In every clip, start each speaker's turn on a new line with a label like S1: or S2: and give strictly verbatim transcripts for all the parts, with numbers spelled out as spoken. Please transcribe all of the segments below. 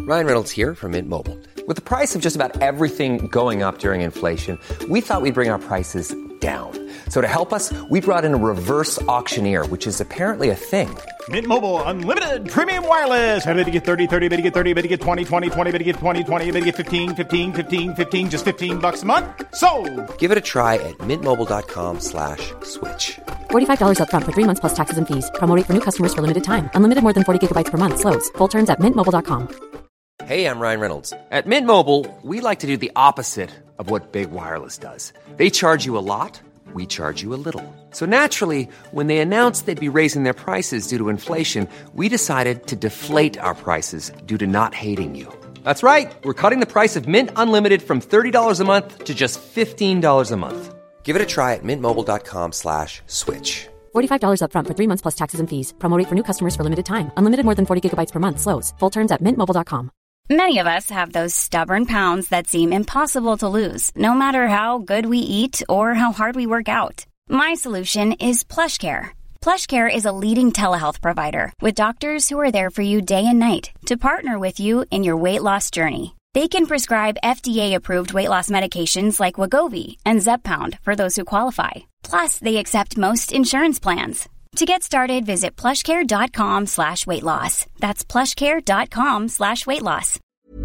S1: Ryan Reynolds here from Mint Mobile. With the price of just about everything going up during inflation, we thought we'd bring our prices down. So to help us, we brought in a reverse auctioneer, which is apparently a thing.
S2: Mint Mobile Unlimited Premium Wireless. How to get thirty, thirty, how to get thirty, how to get twenty, twenty, twenty, how to get twenty, twenty, how to get fifteen, fifteen, fifteen, fifteen, just fifteen bucks a month? Sold!
S1: Give it a try at mintmobile.com slash switch.
S3: forty-five dollars up front for three months plus taxes and fees. Promo rate for new customers for limited time. Unlimited more than forty gigabytes per month. Slows full terms at mint mobile dot com.
S1: Hey, I'm Ryan Reynolds. At Mint Mobile, we like to do the opposite of what Big Wireless does. They charge you a lot. We charge you a little. So naturally, when they announced they'd be raising their prices due to inflation, we decided to deflate our prices due to not hating you. That's right. We're cutting the price of Mint Unlimited from thirty dollars a month to just fifteen dollars a month. Give it a try at mintmobile.com slash switch.
S3: forty-five dollars up front for three months plus taxes and fees. Promo rate for new customers for limited time. Unlimited more than forty gigabytes per month. Slows full terms at mint mobile dot com.
S4: Many of us have those stubborn pounds that seem impossible to lose, no matter how good we eat or how hard we work out. My solution is PlushCare. PlushCare is a leading telehealth provider with doctors who are there for you day and night to partner with you in your weight loss journey. They can prescribe F D A-approved weight loss medications like Wegovy and Zepbound for those who qualify. Plus, they accept most insurance plans. To get started, visit plushcare.com slash weight loss. That's plushcare.com slash weight loss.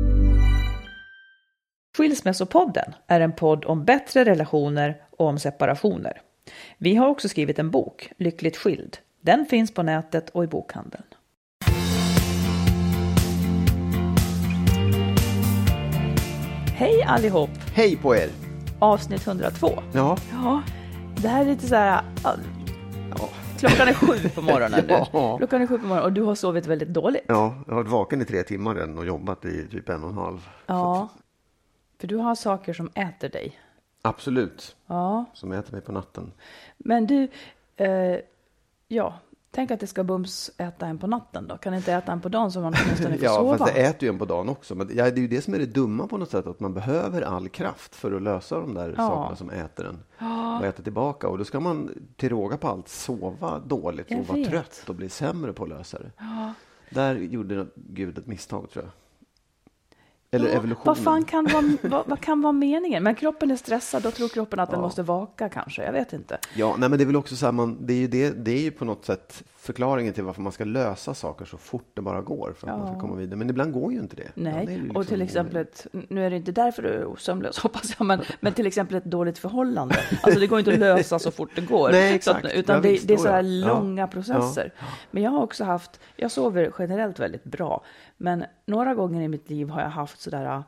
S5: Skilsmässopodden är en podd om bättre relationer och om separationer. Vi har också skrivit en bok, Lyckligt skild. Den finns på nätet och i bokhandeln. Hej allihop!
S6: Hej på er!
S5: Avsnitt hundratvå.
S6: Ja.
S5: Ja, det här är lite så här... Ja. Klockan är sju på morgonen nu. Ja. Klockan är sju på morgonen och du har sovit väldigt dåligt.
S6: Ja, jag har varit vaken i tre timmar redan och jobbat i typ en och en halv.
S5: Ja, för du har saker som äter dig.
S6: Absolut.
S5: Ja.
S6: Som äter mig på natten.
S5: Men du, eh, ja, tänk att det ska bums äta en på natten då. Kan inte äta en på dagen så man åtminstone får
S6: ja,
S5: sova?
S6: Ja, fast det äter ju en på dagen också. Men ja, det är ju det som är det dumma på något sätt. Att man behöver all kraft för att lösa de där ja. sakerna som äter en. Ja. Och äta tillbaka. Och då ska man till råga på allt sova dåligt och vara trött och bli sämre på att lösa det. Ja. Där gjorde Gud ett misstag, tror jag. Eller ja, evolutionen.
S5: Vad fan kan vara, vad, vad kan vara meningen? Men kroppen är stressad, då tror kroppen att ja. den måste vaka kanske. Jag vet inte.
S6: Ja, nej, men det är väl också så här, man, det är ju det, det är ju på något sätt förklaringen till varför man ska lösa saker så fort det bara går för att ja. man ska komma vidare. Men ibland går ju inte det.
S5: Nej,
S6: ja, det liksom
S5: och till exempel ett, nu är det inte därför du är sömnlös hoppas jag, men, men till exempel ett dåligt förhållande. Alltså det går inte att lösa så fort det går.
S6: Nej, exakt.
S5: Att, utan det, det är så här långa
S6: ja.
S5: processer. Ja. Men jag har också haft, jag sover generellt väldigt bra. Men några gånger i mitt liv har jag haft sådär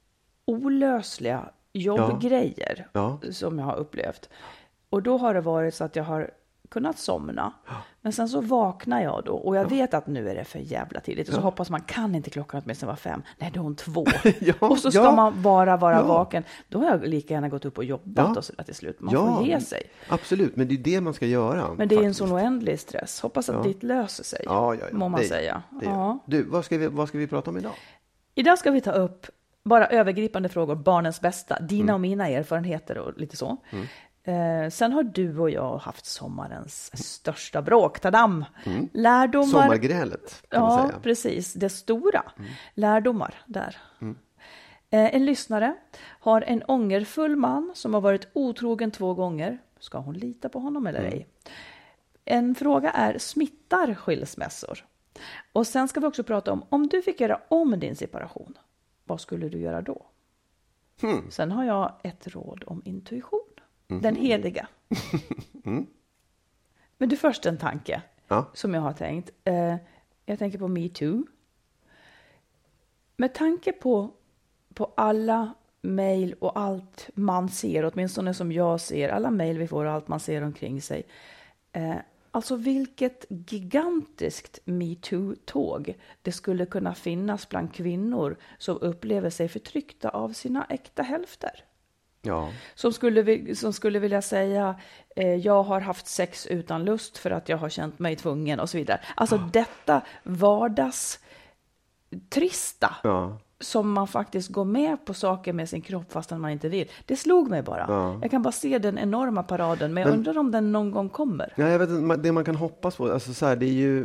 S5: olösliga jobbgrejer ja. Ja. som jag har upplevt. Och då har det varit så att jag har kunnat somna. Ja. Men sen så vaknar jag då. Och jag ja. vet att nu är det för jävla tidigt. Och så ja. hoppas man, kan inte klockan åtminstone vara fem? Nej, då är hon två. ja. Och så ska ja. man bara vara ja. vaken. Då har jag lika gärna gått upp och jobbat ja. och så där till slut. Man ja. får ge sig.
S6: Absolut, men det är det man ska göra.
S5: Men det är
S6: faktiskt.
S5: en sån oändlig stress. Hoppas att
S6: ja.
S5: ditt löser sig.
S6: Ja, ja, ja.
S5: Må man
S6: det,
S5: säga.
S6: Det
S5: ja.
S6: Du, vad ska, vi, vad ska vi prata om idag?
S5: Idag ska vi ta upp bara övergripande frågor, barnens bästa, dina mm. och mina erfarenheter och lite så. Mm. Eh, sen har du och jag haft sommarens största bråk, tadam! Mm. Lärdomar.
S6: Sommargrälet, kan
S5: ja,
S6: man säga.
S5: Precis, det stora. Mm. Lärdomar där.
S6: Mm.
S5: Eh, en lyssnare har en ångerfull man som har varit otrogen två gånger. Ska hon lita på honom eller mm. ej? En fråga är, smittar skilsmässor? Och sen ska vi också prata om, om du fick göra om din separation, vad skulle du göra då? Mm. Sen har jag ett råd om intuition. Mm. Den heliga. mm. Men du, först en tanke ja. som jag har tänkt. Eh, jag tänker på Me Too. Med tanke på, på alla mejl och allt man ser, åtminstone som jag ser, alla mejl vi får och allt man ser omkring sig. Eh, Alltså vilket gigantiskt MeToo-tåg det skulle kunna finnas bland kvinnor som upplever sig förtryckta av sina äkta hälfter.
S6: Ja. Som
S5: skulle, som skulle vilja säga, eh, jag har haft sex utan lust för att jag har känt mig tvungen och så vidare. Alltså ja. detta vardags trista. Ja. Som man faktiskt går med på saker med sin kropp fast man inte vill. Det slog mig bara. Ja. Jag kan bara se den enorma paraden. Men jag men, undrar om den någon gång kommer.
S6: Ja, jag vet, det man kan hoppas på. Alltså så här, det är ju...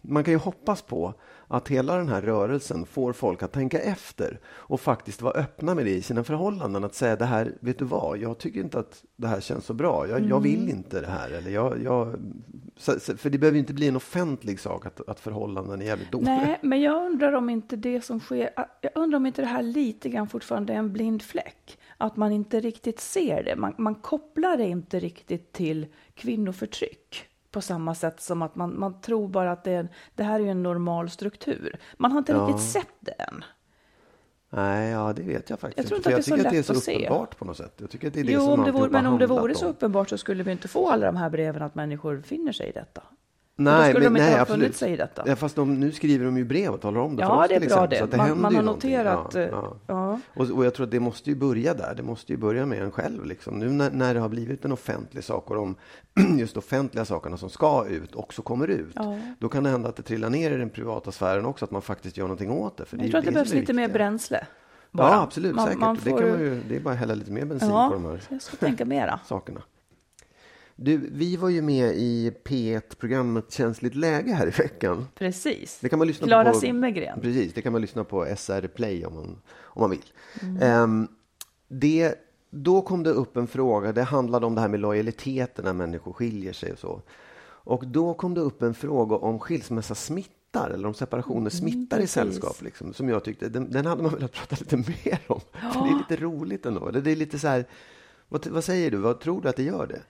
S6: man kan ju hoppas på att hela den här rörelsen får folk att tänka efter och faktiskt vara öppna med det i sina förhållanden. Att säga det här, vet du vad, jag tycker inte att det här känns så bra. Jag, mm. jag vill inte det här. Eller jag, jag, för det behöver inte bli en offentlig sak att, att förhållanden är jävligt dåliga.
S5: Nej, men jag undrar om inte det som sker, jag undrar om inte det här lite grann fortfarande är en blind fläck. Att man inte riktigt ser det. Man, man kopplar det inte riktigt till kvinnoförtryck. På samma sätt som att man, man tror bara att det, är, det här är en normal struktur. Man har inte ja. riktigt sett det än.
S6: Nej, ja, det vet jag faktiskt.
S5: Jag tror inte att det är så lätt att se. Jag tycker att det är så
S6: uppenbart på något sätt. Jag tycker att det är det
S5: jo,
S6: som
S5: om det vore, men om det vore
S6: om.
S5: så uppenbart så skulle vi inte få alla de här breven att människor finner sig i detta.
S6: Nej,
S5: men,
S6: de
S5: nej
S6: absolut.
S5: Sig i detta.
S6: Ja, fast de, nu skriver de ju brev och talar om det
S5: ja,
S6: för oss
S5: det är
S6: till
S5: bra
S6: exempel.
S5: det.
S6: Så att det
S5: man man har noterat.
S6: Ja, ja. Ja. Och, och jag tror att det måste ju börja där. Det måste ju börja med en själv. Liksom. Nu när, när det har blivit en offentlig sak och de just offentliga sakerna som ska ut också kommer ut. Ja. Då kan det hända att det trillar ner i den privata sfären också. Att man faktiskt gör någonting åt det. För
S5: jag
S6: det
S5: tror att det behövs lite mer bränsle. Bara.
S6: Ja, absolut.
S5: Man,
S6: säkert.
S5: Man får...
S6: det, kan man ju, det är bara att hälla lite mer bensin
S5: ja,
S6: på de här
S5: jag ska tänka mera.
S6: sakerna. Du, vi var ju med i P ett-programmet Känsligt läge här i veckan.
S5: Precis.
S6: Det kan man lyssna
S5: Clara
S6: på,
S5: Simmergren.
S6: Precis, det kan man lyssna på S R Play om man, om man vill. Mm. Um, det, då kom det upp en fråga, det handlade om det här med lojaliteten när människor skiljer sig och så. Och då kom det upp en fråga om skilsmässa smittar, eller om separationer smittar mm, i sällskap. Liksom, som jag tyckte, den, den hade man velat prata lite mer om. Ja. För det är lite roligt ändå. Det, det är lite så här, vad, vad säger du? Vad tror du att det gör det?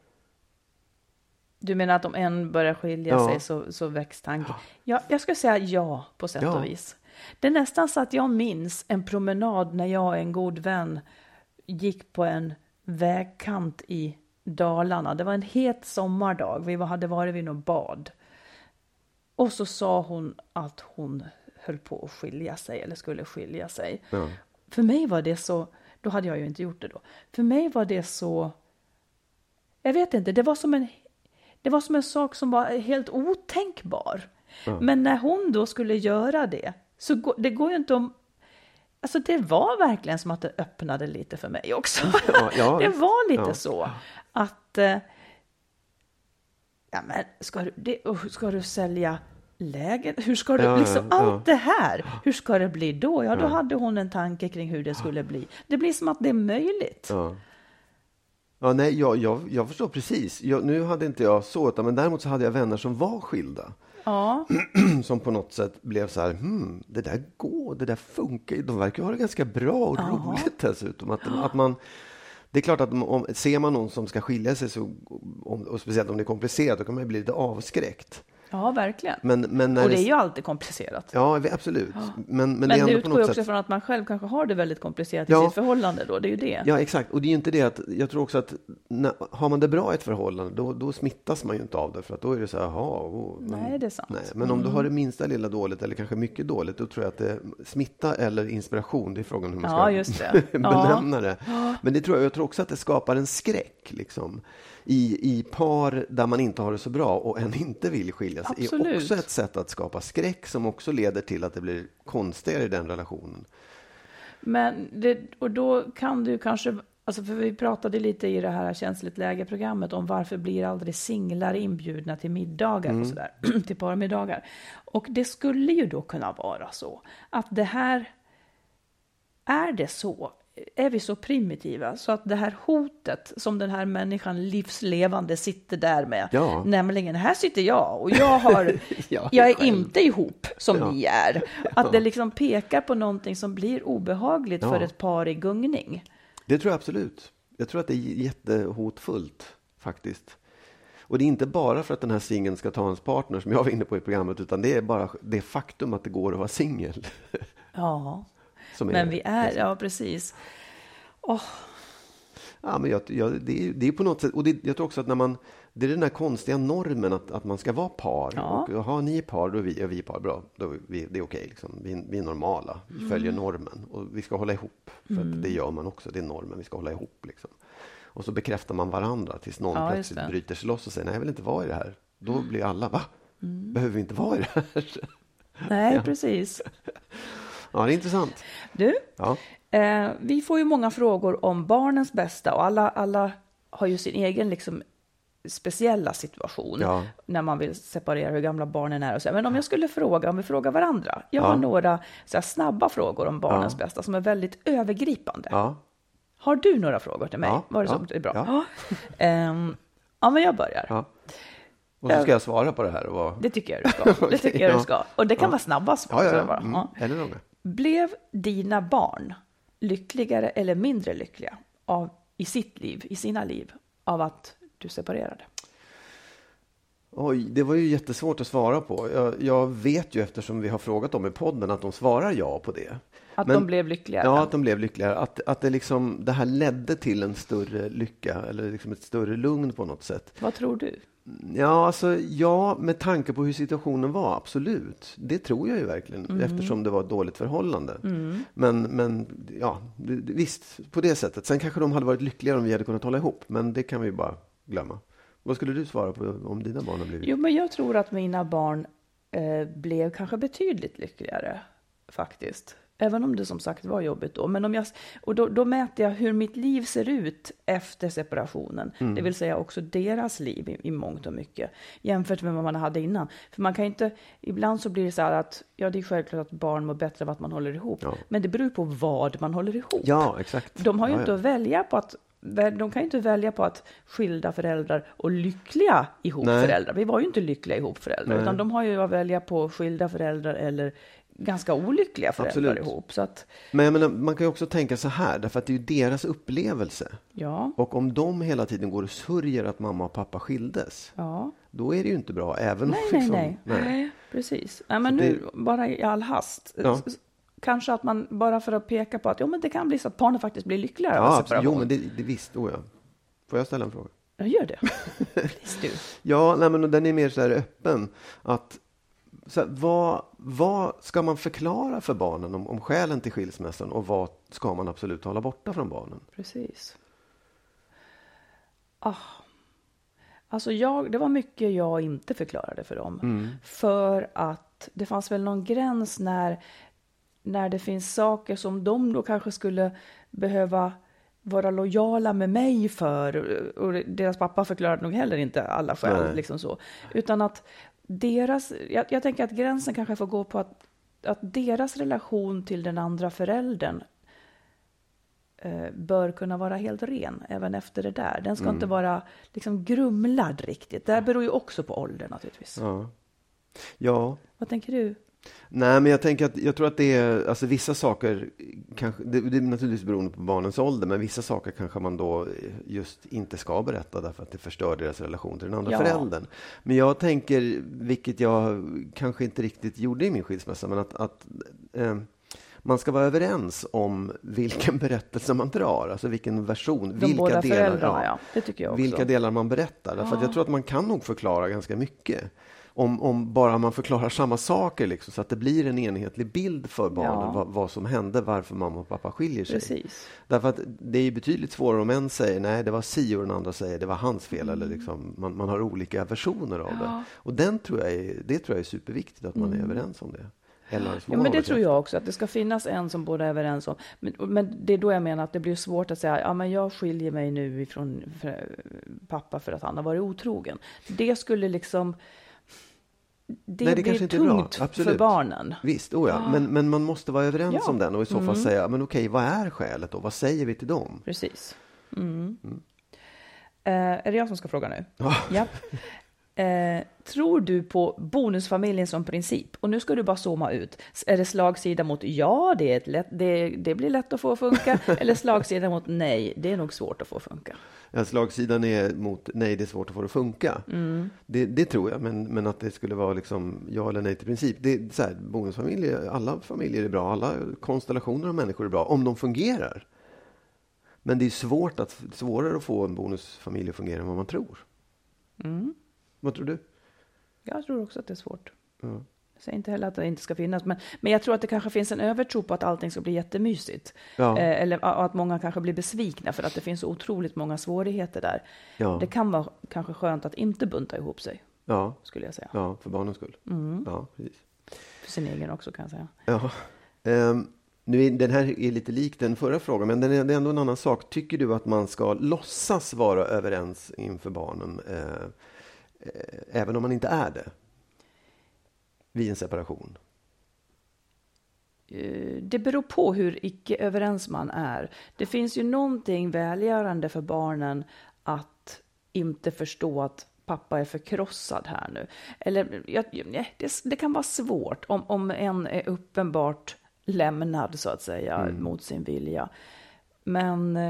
S5: Du menar att om en börjar skilja ja. sig så, så väcks tanken? Ja, jag ska säga ja på sätt ja. och vis. Det är nästan så att jag minns en promenad när jag och en god vän gick på en vägkant i Dalarna. Det var en het sommardag. Vi var, hade varit vid något bad. Och så sa hon att hon höll på att skilja sig eller skulle skilja sig. Ja. För mig var det så, då hade jag ju inte gjort det då. För mig var det så, jag vet inte, det var som en Det var som en sak som var helt otänkbar. Ja. Men när hon då skulle göra det, så gå, det går ju inte om... Alltså det var verkligen som att det öppnade lite för mig också. Ja, ja. Det var lite ja. så att... Ja, men ska du, det, ska du sälja lägen? Hur ska du... Ja, liksom, ja, allt ja. det här, hur ska det bli då? Ja, då ja. hade hon en tanke kring hur det skulle bli. Det blir som att det är möjligt.
S6: Ja. Ja, nej, jag, jag, jag förstår precis. Jag, nu hade inte jag så, utan, men däremot så hade jag vänner som var skilda.
S5: Ja.
S6: Som på något sätt blev så här, hmm, det där går, det där funkar. De verkar ha det ganska bra och ja. roligt dessutom. Att, ja. att man, det är klart att om, ser man någon som ska skilja sig, så, om, och speciellt om det är komplicerat, då kan man ju bli lite avskräckt.
S5: Ja, verkligen.
S6: Men, men när
S5: och det är ju alltid komplicerat.
S6: Ja, absolut.
S5: Ja.
S6: Men, men,
S5: men
S6: det,
S5: det utgår ju också
S6: sätt...
S5: från att man själv kanske har det väldigt komplicerat i
S6: ja.
S5: sitt förhållande då. Det är ju det.
S6: Ja, exakt. Och det är ju inte det att, jag tror också att när, har man det bra i ett förhållande, då, då smittas man ju inte av det. För att då är det så här, jaha. Oh, men,
S5: nej, det är sant.
S6: Nej. Men om mm. du har det minsta lilla dåligt eller kanske mycket dåligt, då tror jag att det smitta eller inspiration, det är frågan hur man ska
S5: ja, just det.
S6: benämna det.
S5: Ja.
S6: Men det tror jag, jag tror också att det skapar en skräck liksom. I, I par där man inte har det så bra och än inte vill skilja sig.
S5: Absolut.
S6: Är också ett sätt att skapa skräck som också leder till att det blir konstigare i den relationen.
S5: Men det, och då kan du kanske, alltså för vi pratade lite i det här känsligt läge-programmet om varför blir aldrig singlar inbjudna till middagar mm. och sådär, till parmiddagar. Och det skulle ju då kunna vara så att det här, är det så? Är vi så primitiva så att det här hotet som den här människan livslevande sitter där med, ja. nämligen här sitter jag och jag har jag, jag är själv. inte ihop som ja. ni är, att ja. det liksom pekar på någonting som blir obehagligt ja. för ett par i gungning.
S6: Det tror jag absolut. Jag tror att det är jättehotfullt faktiskt. Och det är inte bara för att den här singeln ska ta hans partner som jag var inne på i programmet, utan det är bara det faktum att det går att vara singel.
S5: Ja.
S6: Som
S5: men
S6: är,
S5: vi är, ja precis. Oh.
S6: Ja, men jag, jag, det, är, det är på något sätt, och det, jag tror också att när man, det är den här konstiga normen att, att man ska vara par.
S5: Ja.
S6: Och har ni par, då är vi, är vi par, bra. Då är vi, det är okej, liksom. vi, vi är normala. Vi mm. följer normen och vi ska hålla ihop. För
S5: mm.
S6: att det gör man också, det är normen, vi ska hålla ihop. Liksom. Och så bekräftar man varandra tills någon
S5: ja,
S6: plötsligt bryter sig loss och säger, nej jag vill inte vara i det här. Då blir alla, va? Mm. Behöver vi inte vara i det här?
S5: Nej,
S6: ja.
S5: precis.
S6: Ja, det är intressant.
S5: Du,
S6: ja.
S5: eh, vi får ju många frågor om barnens bästa och alla, alla har ju sin egen liksom, speciella situation
S6: ja.
S5: när man vill separera hur gamla barnen är och så. Men om jag skulle fråga, om vi frågar varandra, jag
S6: ja.
S5: har några så här snabba frågor om barnens
S6: ja.
S5: bästa som är väldigt övergripande.
S6: Ja.
S5: Har du några frågor till mig?
S6: Ja.
S5: Var det
S6: ja.
S5: som är bra?
S6: Ja.
S5: um, ja, men jag börjar.
S6: Ja. Och så ska jag svara på det här. Och vara...
S5: Det tycker jag du ska.
S6: okay,
S5: Det tycker jag
S6: ja.
S5: du ska. Och det kan
S6: ja.
S5: vara snabba svar.
S6: Ja, ja, ja.
S5: Bara.
S6: Mm.
S5: Ja.
S6: Eller långa.
S5: Blev dina barn lyckligare eller mindre lyckliga av, i sitt liv, i sina liv, av att du separerade?
S6: Oj, det var ju jättesvårt att svara på. Jag, jag vet ju, eftersom vi har frågat dem i podden, att de svarar ja på det.
S5: Att
S6: Men,
S5: de blev lyckligare?
S6: Ja, att de blev lyckligare. Att, att det, liksom, det här ledde till en större lycka, eller liksom ett större lugn på något sätt.
S5: Vad tror du?
S6: Ja, alltså, ja, med tanke på hur situationen var, absolut. Det tror jag ju verkligen, mm. eftersom det var ett dåligt förhållande. Mm. Men, men ja, visst, på det sättet. Sen kanske de hade varit lyckligare om vi hade kunnat hålla ihop, men det kan vi bara glömma. Vad skulle du svara på om dina barn har blivit?
S5: Jo, men jag tror att mina barn eh, blev kanske betydligt lyckligare, faktiskt. Även om det som sagt var jobbigt då. Men om jag, och då, då mäter jag hur mitt liv ser ut efter separationen. Mm. Det vill säga också deras liv i, i mångt och mycket. Jämfört med vad man hade innan. För man kan inte, ibland så blir det så här att, ja, det är självklart att barn mår bättre av att man håller ihop. Ja. Men det beror på vad man håller ihop.
S6: Ja, exakt.
S5: De har ju
S6: ja,
S5: inte
S6: ja.
S5: att välja på att De kan ju inte välja på att skilda föräldrar och lyckliga ihop Nej. föräldrar. Vi var ju inte lyckliga ihop föräldrar. Nej. Utan de har ju att välja på skilda föräldrar eller ganska olyckliga föräldrar Absolut. ihop. Så att...
S6: Men jag menar, man kan ju också tänka så här, därför att det är ju deras upplevelse.
S5: Ja.
S6: Och om de hela tiden går och sörjer att mamma och pappa skildes,
S5: ja.
S6: då är det ju inte bra. Även
S5: nej,
S6: liksom,
S5: nej, nej, nej. Precis. Nej, men
S6: så
S5: nu,
S6: det...
S5: bara i all hast.
S6: Ja.
S5: Kanske att man, bara för att peka på att jo, men det kan bli så att barnen faktiskt blir lyckligare
S6: ja,
S5: av separation.
S6: Jo, men det, det visst, oh ja. Får jag ställa en fråga?
S5: Jag gör det. Please du.
S6: Ja, nej, men den är mer så här öppen. Att, så här, vad, vad ska man förklara för barnen om, om skälen till skilsmässan och vad ska man absolut hålla borta från barnen?
S5: Precis. Ah. Alltså jag, det var mycket jag inte förklarade för dem. Mm. För att det fanns väl någon gräns när, när det finns saker som de då kanske skulle behöva vara lojala med mig för. Och deras pappa förklarade nog heller inte alla skäl. Liksom så. Utan att deras, jag, jag tänker att gränsen kanske får gå på att, att deras relation till den andra föräldern eh, bör kunna vara helt ren även efter det där. Den ska mm. inte vara liksom grumlad riktigt. Det här beror ju också på ålder naturligtvis.
S6: Ja. ja.
S5: Vad tänker du?
S6: Nej, men jag tänker att jag tror att det är, alltså vissa saker kanske, det, det är naturligtvis beroende på barnens ålder, men vissa saker kanske man då just inte ska berätta därför att det förstör deras relation till den andra ja. föräldern. Men jag tänker, vilket jag kanske inte riktigt gjorde i min skilsmässa, men att, att eh, man ska vara överens om vilken berättelse man drar, alltså vilken version,
S5: De
S6: vilka
S5: båda
S6: delar,
S5: föräldrarna, ja. Det tycker jag också.
S6: Vilka delar man berättar, därför ja. att jag tror att man kan nog förklara ganska mycket. Om, om bara man förklarar samma saker liksom, så att det blir en enhetlig bild för barnen ja. vad, vad som hände, varför mamma och pappa skiljer sig.
S5: Precis.
S6: Därför att det är betydligt svårare om en säger nej, det var si och den andra säger det var hans fel. Mm. Eller liksom, man, man har olika versioner av ja. det. Och den tror jag är, det tror jag är superviktigt att man mm. är överens om det. Eller
S5: ja, men det tror jag också, att det ska finnas en som båda är överens om. Men, men det är då jag menar att det blir svårt att säga, ja men jag skiljer mig nu ifrån för, pappa för att han har varit otrogen. Det skulle liksom... Det, Nej, det blir tungt för barnen.
S6: Visst, oh ja.
S5: Ja.
S6: Men, men man måste vara överens ja. om den och i så fall
S5: mm.
S6: säga, men okej, vad är skälet då? Vad säger vi till dem?
S5: Precis. Mm. Mm. Uh, är det jag som ska fråga nu?
S6: Ja.
S5: ja. Uh, tror du på bonusfamiljen som princip? Och nu ska du bara zooma ut. Är det slagsida mot ja, det, är ett lätt, det, det blir lätt att få funka? Eller slagsida mot nej, det är nog svårt att få funka?
S6: Ja, slagsidan är mot nej, det är svårt att få det att funka. Mm. Det, det tror jag, men, men att det skulle vara liksom ja eller nej till princip. Det är så här, bonusfamiljer, alla familjer är bra, alla konstellationer av människor är bra, om de fungerar. Men det är svårt att, svårare att få en bonusfamilj att fungera än vad man tror.
S5: Mm.
S6: Vad tror du?
S5: Jag tror också att det är svårt.
S6: Ja.
S5: Jag säger inte heller att det inte ska finnas. Men, men jag tror att det kanske finns en övertro på att allting ska bli jättemysigt.
S6: Ja.
S5: Eh, eller att många kanske blir besvikna för att det finns så otroligt många svårigheter där.
S6: Ja.
S5: Det kan vara kanske skönt att inte bunta ihop sig.
S6: Ja.
S5: Skulle jag säga.
S6: Ja, för barnens skull.
S5: Mm.
S6: Ja, precis.
S5: För sin egen också kan jag säga.
S6: Ja. Um. Nu är, den här är lite lik den förra frågan, men den är, det är ändå en annan sak. Tycker du att man ska låtsas vara överens inför barnen, eh, eh, även om man inte är det, vid en separation?
S5: Det beror på hur icke överens man är. Det finns ju någonting välgörande för barnen att inte förstå att pappa är förkrossad här nu. Eller ja, det, det kan vara svårt om, om en är uppenbart lämnad så att säga mm. mot sin vilja. Men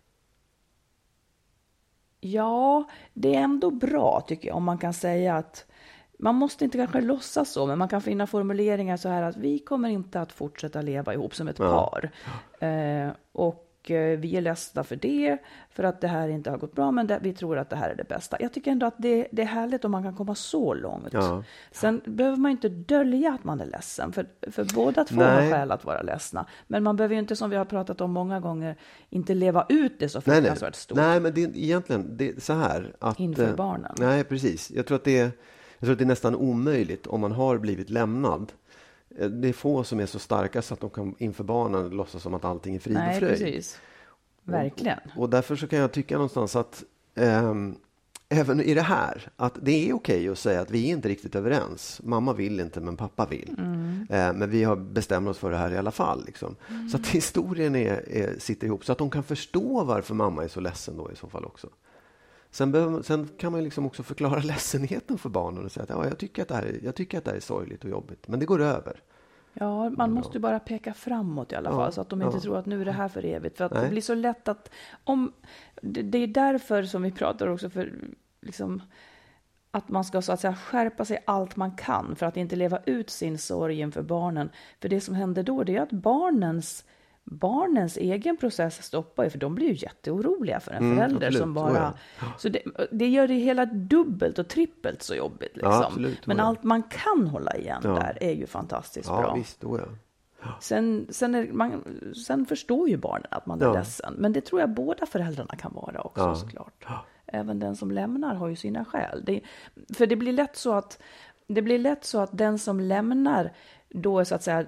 S5: ja, det är ändå bra tycker jag om man kan säga att man måste inte kanske låtsas så, men man kan finna formuleringar så här att vi kommer inte att fortsätta leva ihop som ett ja. par. Eh, och eh, vi är ledsna för det, för att det här inte har gått bra, men det, vi tror att det här är det bästa. Jag tycker ändå att det, det är härligt om man kan komma så långt. Ja. Sen behöver man inte dölja att man är ledsen, för, för båda två har skäl att vara ledsna. Men man behöver ju inte, som vi har pratat om många gånger, inte leva ut det så fruktansvärt stort.
S6: Nej, men det är egentligen det är så här. Att,
S5: inför barnen.
S6: Nej, precis. Jag tror att det är Jag tror att det är nästan omöjligt om man har blivit lämnad. Det är få som är så starka så att de kan inför barnen låtsas som att allting är frid och fröjd.
S5: Nej, precis. Verkligen.
S6: Och, och därför så kan jag tycka någonstans att äm, även i det här, att det är okej att säga att vi är inte riktigt överens. Mamma vill inte, men pappa vill. Mm. Äh, men vi har bestämt oss för det här i alla fall. Liksom. Mm. Så att historien är, är, sitter ihop så att de kan förstå varför mamma är så ledsen då i så fall också. Sen, behöver, sen kan man liksom också förklara ledsenheten för barnen och säga att ja, jag, tycker att det här är, jag tycker att det här är sorgligt och jobbigt, men det går över.
S5: Ja, man måste ju bara peka framåt i alla fall, ja, så att de inte ja. tror att nu är det här för evigt. För att Nej. det blir så lätt att, om, det, det är därför som vi pratar också för liksom, att man ska så att säga skärpa sig allt man kan för att inte leva ut sin sorg inför barnen. För det som händer då, det är att barnens Barnens egen process stoppar ju, för de blir ju jätteoroliga för en mm, förälder absolut, som bara... Så, så det, det gör det hela dubbelt och trippelt så jobbigt. Liksom.
S6: Ja, absolut,
S5: Men
S6: ja.
S5: allt man kan hålla igen
S6: ja.
S5: där är ju fantastiskt
S6: ja,
S5: bra.
S6: Visst, då, ja. Ja.
S5: Sen, sen, är man, sen förstår ju barnen att man är ja. ledsen. Men det tror jag båda föräldrarna kan vara också ja. såklart. Ja. Även den som lämnar har ju sina skäl. Det, för det blir lätt så att det blir lätt så att den som lämnar då är så att säga...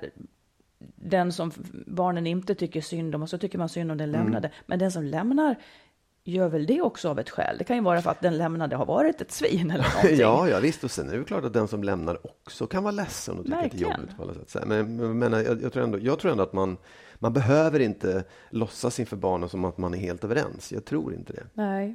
S5: den som barnen inte tycker synd om, och så tycker man synd om den lämnade. Mm. Men den som lämnar gör väl det också av ett skäl. Det kan ju vara för att den lämnade har varit ett svin eller någonting.
S6: ja, ja, visst. Och sen är det klart att den som lämnar också kan vara ledsen och tycka att det är jobbigt på alla sätt. Men, men jag, jag, tror ändå, jag tror ändå att man, man behöver inte låtsas inför barnen som att man är helt överens. Jag tror inte det.
S5: Nej.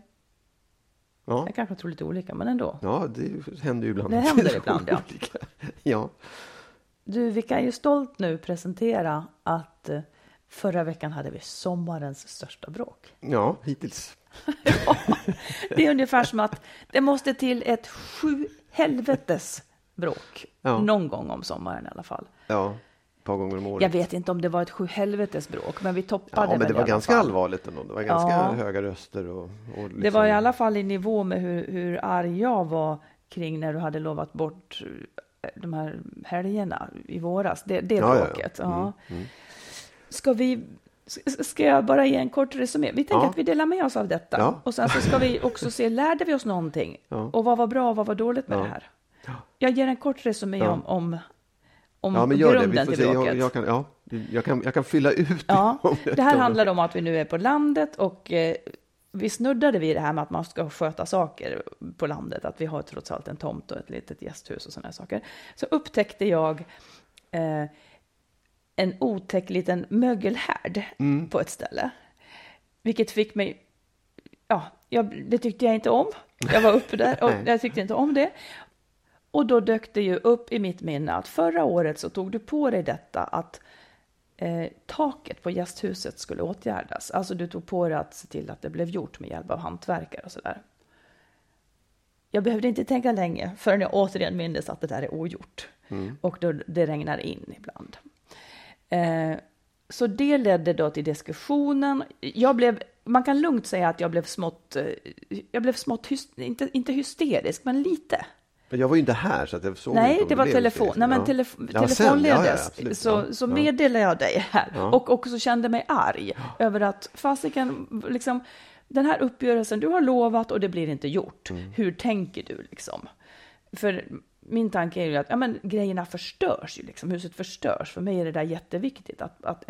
S6: Ja.
S5: Jag kanske tror lite olika, men ändå.
S6: Ja, det händer ju ibland.
S5: Det händer ibland, ja.
S6: ja.
S5: Du, vi kan ju stolt nu presentera att förra veckan hade vi sommarens största bråk.
S6: Ja, hittills.
S5: ja, det är ungefär som att det måste till ett sju helvetes bråk. Ja. Någon gång om sommaren i alla fall.
S6: Ja, ett par gånger om året.
S5: Jag vet inte om det var ett sju helvetes bråk, men vi toppade.
S6: Ja, men det var ganska
S5: fall.
S6: allvarligt ändå. Det var ganska ja. höga röster. Och, och liksom...
S5: Det var i alla fall i nivå med hur, hur arg jag var kring när du hade lovat bort de här helgerna i våras, det, det
S6: ja,
S5: bråket.
S6: Ja, ja. Mm,
S5: ja.
S6: mm.
S5: Ska vi, ska jag bara ge en kort resumé? Vi tänker
S6: ja.
S5: att vi delar med oss av detta.
S6: Ja.
S5: Och sen så ska vi också se, lärde vi oss någonting?
S6: Ja.
S5: Och vad var bra och vad var dåligt med
S6: ja.
S5: det här? Jag ger en kort resumé ja. om, om, om
S6: ja, men gör
S5: grunden
S6: det. Vi får
S5: till
S6: se.
S5: bråket.
S6: Jag, jag, kan, ja, jag, kan, jag kan fylla ut.
S5: Ja. Det här handlar om att vi nu är på landet och eh, vi snuddade vid det här med att man ska sköta saker på landet. Att vi har trots allt en tomt och ett litet gästhus och sådana här saker. Så upptäckte jag eh, en otäck liten mögelhärd mm. på ett ställe. Vilket fick mig... Ja, jag, det tyckte jag inte om. Jag var uppe där och jag tyckte inte om det. Och då dök det ju upp i mitt minne att förra året så tog du på dig detta att Eh, taket på gästhuset skulle åtgärdas. Alltså du tog på dig att se till att det blev gjort med hjälp av hantverkare och sådär. Jag behövde inte tänka länge förrän jag återigen minns att det där är ogjort. Mm. Och då det regnar in ibland. Eh, så det ledde då till diskussionen. Jag blev, man kan lugnt säga att jag blev smått, jag blev smått hyst, inte, inte hysterisk, men lite.
S6: Jag var ju inte här så att jag såg
S5: Nej,
S6: inte om
S5: det var telefon. Nej, men
S6: ja.
S5: telef-
S6: ja,
S5: telefonledes.
S6: Ja, ja,
S5: så,
S6: ja.
S5: så meddelade jag dig här. Ja. Och också kände mig arg ja. över att fasiken, liksom, den här uppgörelsen du har lovat och det blir inte gjort. Mm. Hur tänker du liksom? För min tanke är ju att ja, men, grejerna förstörs ju liksom. Huset förstörs. För mig är det där jätteviktigt att, att ett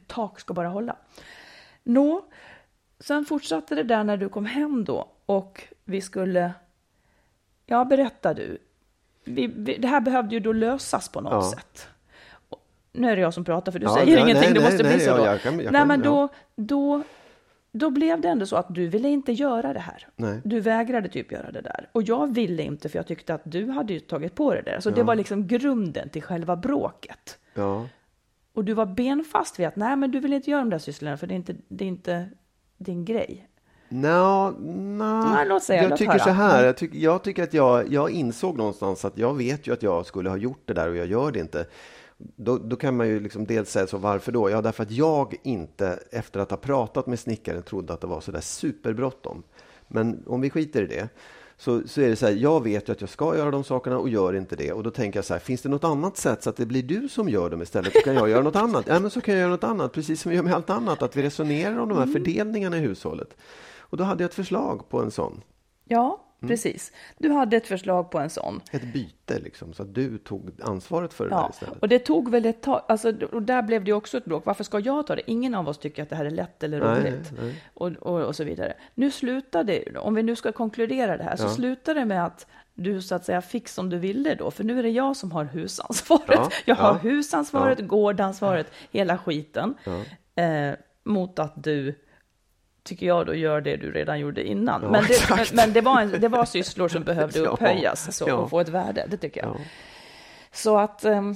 S5: tak ska bara hålla. Nå, sen fortsatte det där när du kom hem då och vi skulle, ja berätta du, vi, vi, det här behövde ju då lösas på något ja. sätt. Och, nu är det jag som pratar för du ja, säger ja, ingenting, nej, det måste nej, bli så nej, då. Jag kan, jag nej kan, men då, ja. då, då blev det ändå så att du ville inte göra det här.
S6: Nej.
S5: Du vägrade typ göra det där. Och jag ville inte för jag tyckte att du hade ju tagit på det där. Så
S6: ja.
S5: det var liksom grunden till själva bråket.
S6: Ja.
S5: Och du var benfast vid att nej men du vill inte göra de där sysslorna för det är inte, det är inte din grej.
S6: No, no.
S5: Nej, låt säga,
S6: jag
S5: låt
S6: tycker
S5: höra.
S6: så här, jag, tyck, jag tycker att jag, jag insåg någonstans att jag vet ju att jag skulle ha gjort det där och jag gör det inte. Då, då kan man ju liksom dels säga så, varför då? Ja, därför att jag inte efter att ha pratat med snickaren trodde att det var så där superbråttom. Men om vi skiter i det så, så är det så här, jag vet ju att jag ska göra de sakerna och gör inte det. Och då tänker jag så här, finns det något annat sätt så att det blir du som gör dem istället? Så kan jag göra något annat. Ja, men så kan jag göra något annat, precis som vi gör med allt annat. Att vi resonerar om de här mm. fördelningarna i hushållet. Och då hade jag ett förslag på en sån.
S5: Ja, mm. precis. Du hade ett förslag på en sån.
S6: Ett byte liksom, så att du tog ansvaret för det
S5: ja.
S6: där istället.
S5: Och det tog väl ett tag, alltså, och där blev det också ett bråk. Varför ska jag ta det? Ingen av oss tycker att det här är lätt eller roligt. Nej, nej. Och, och, och så vidare. Nu slutade, om vi nu ska konkludera det här, så ja. slutade det med att du så att säga fick som du ville då. För nu är det jag som har husansvaret. Ja. Jag har ja. husansvaret, ja. gårdansvaret, hela skiten. Ja. Eh, mot att du tycker jag då gör det du redan gjorde innan. Ja, men det, men, men det, var en, det var sysslor som behövde upphöjas så, ja. och få ett värde, det tycker jag. Ja. Så att, um,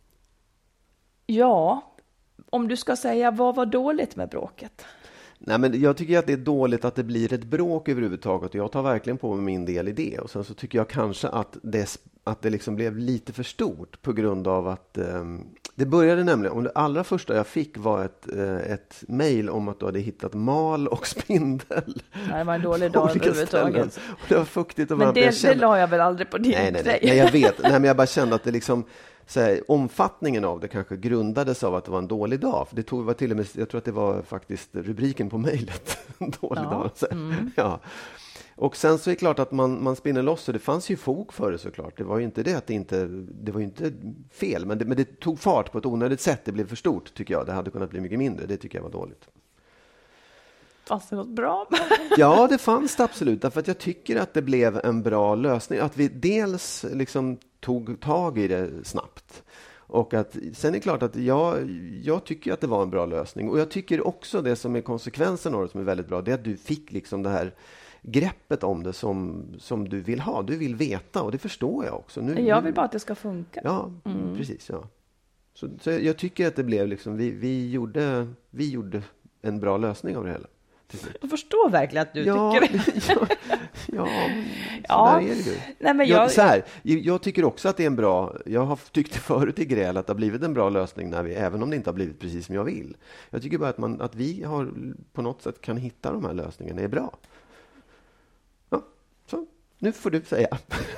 S5: ja, om du ska säga vad var dåligt med bråket?
S6: Nej, men jag tycker att det är dåligt att det blir ett bråk överhuvudtaget och jag tar verkligen på mig min del i det. Och sen så tycker jag kanske att det, att det liksom blev lite för stort på grund av att um, det började nämligen, om det allra första jag fick var ett, ett mejl om att du hade hittat mal och spindel.
S5: Nej, det var en dålig dag överhuvudtaget.
S6: Och det var fuktigt och
S5: men
S6: varmt.
S5: Det,
S6: kände...
S5: det la jag väl aldrig på din
S6: nej, nej, nej,
S5: nej,
S6: nej, jag vet. Nej, men jag bara kände att det liksom, så här, omfattningen av det kanske grundades av att det var en dålig dag. För det tog, var till och med, jag tror att det var faktiskt rubriken på mejlet. En dålig ja. dag. Så, mm. ja. Och sen så är det klart att man, man spinner loss och det fanns ju fog för det såklart. Det var ju inte det att det inte, det var ju inte fel, men det, men det tog fart på ett onödigt sätt. Det blev för stort tycker jag. Det hade kunnat bli mycket mindre. Det tycker jag var dåligt.
S5: Fanns det något bra?
S6: Ja, det fanns det absolut. Därför att jag tycker att det blev en bra lösning. Att vi dels liksom tog tag i det snabbt. Och att, sen är det klart att jag, jag tycker att det var en bra lösning. Och jag tycker också det som är konsekvensen av det som är väldigt bra. Det är att du fick liksom det här greppet om det som, som du vill ha. Du vill veta och det förstår jag också. Nu,
S5: jag vill bara att det ska funka.
S6: Ja, mm. precis. Ja. Så, så jag tycker att det blev liksom, vi, vi, gjorde, vi gjorde en bra lösning av det hela.
S5: Jag förstår verkligen att du
S6: ja,
S5: tycker det.
S6: ja, ja,
S5: ja.
S6: Där är det ju.
S5: Nej, men jag...
S6: Jag, så här, jag tycker också att det är en bra, jag har tyckt förut i gräl att det har blivit en bra lösning när vi, även om det inte har blivit precis som jag vill. Jag tycker bara att, man, att vi har på något sätt kan hitta de här lösningarna är bra. Ja, så nu får du säga.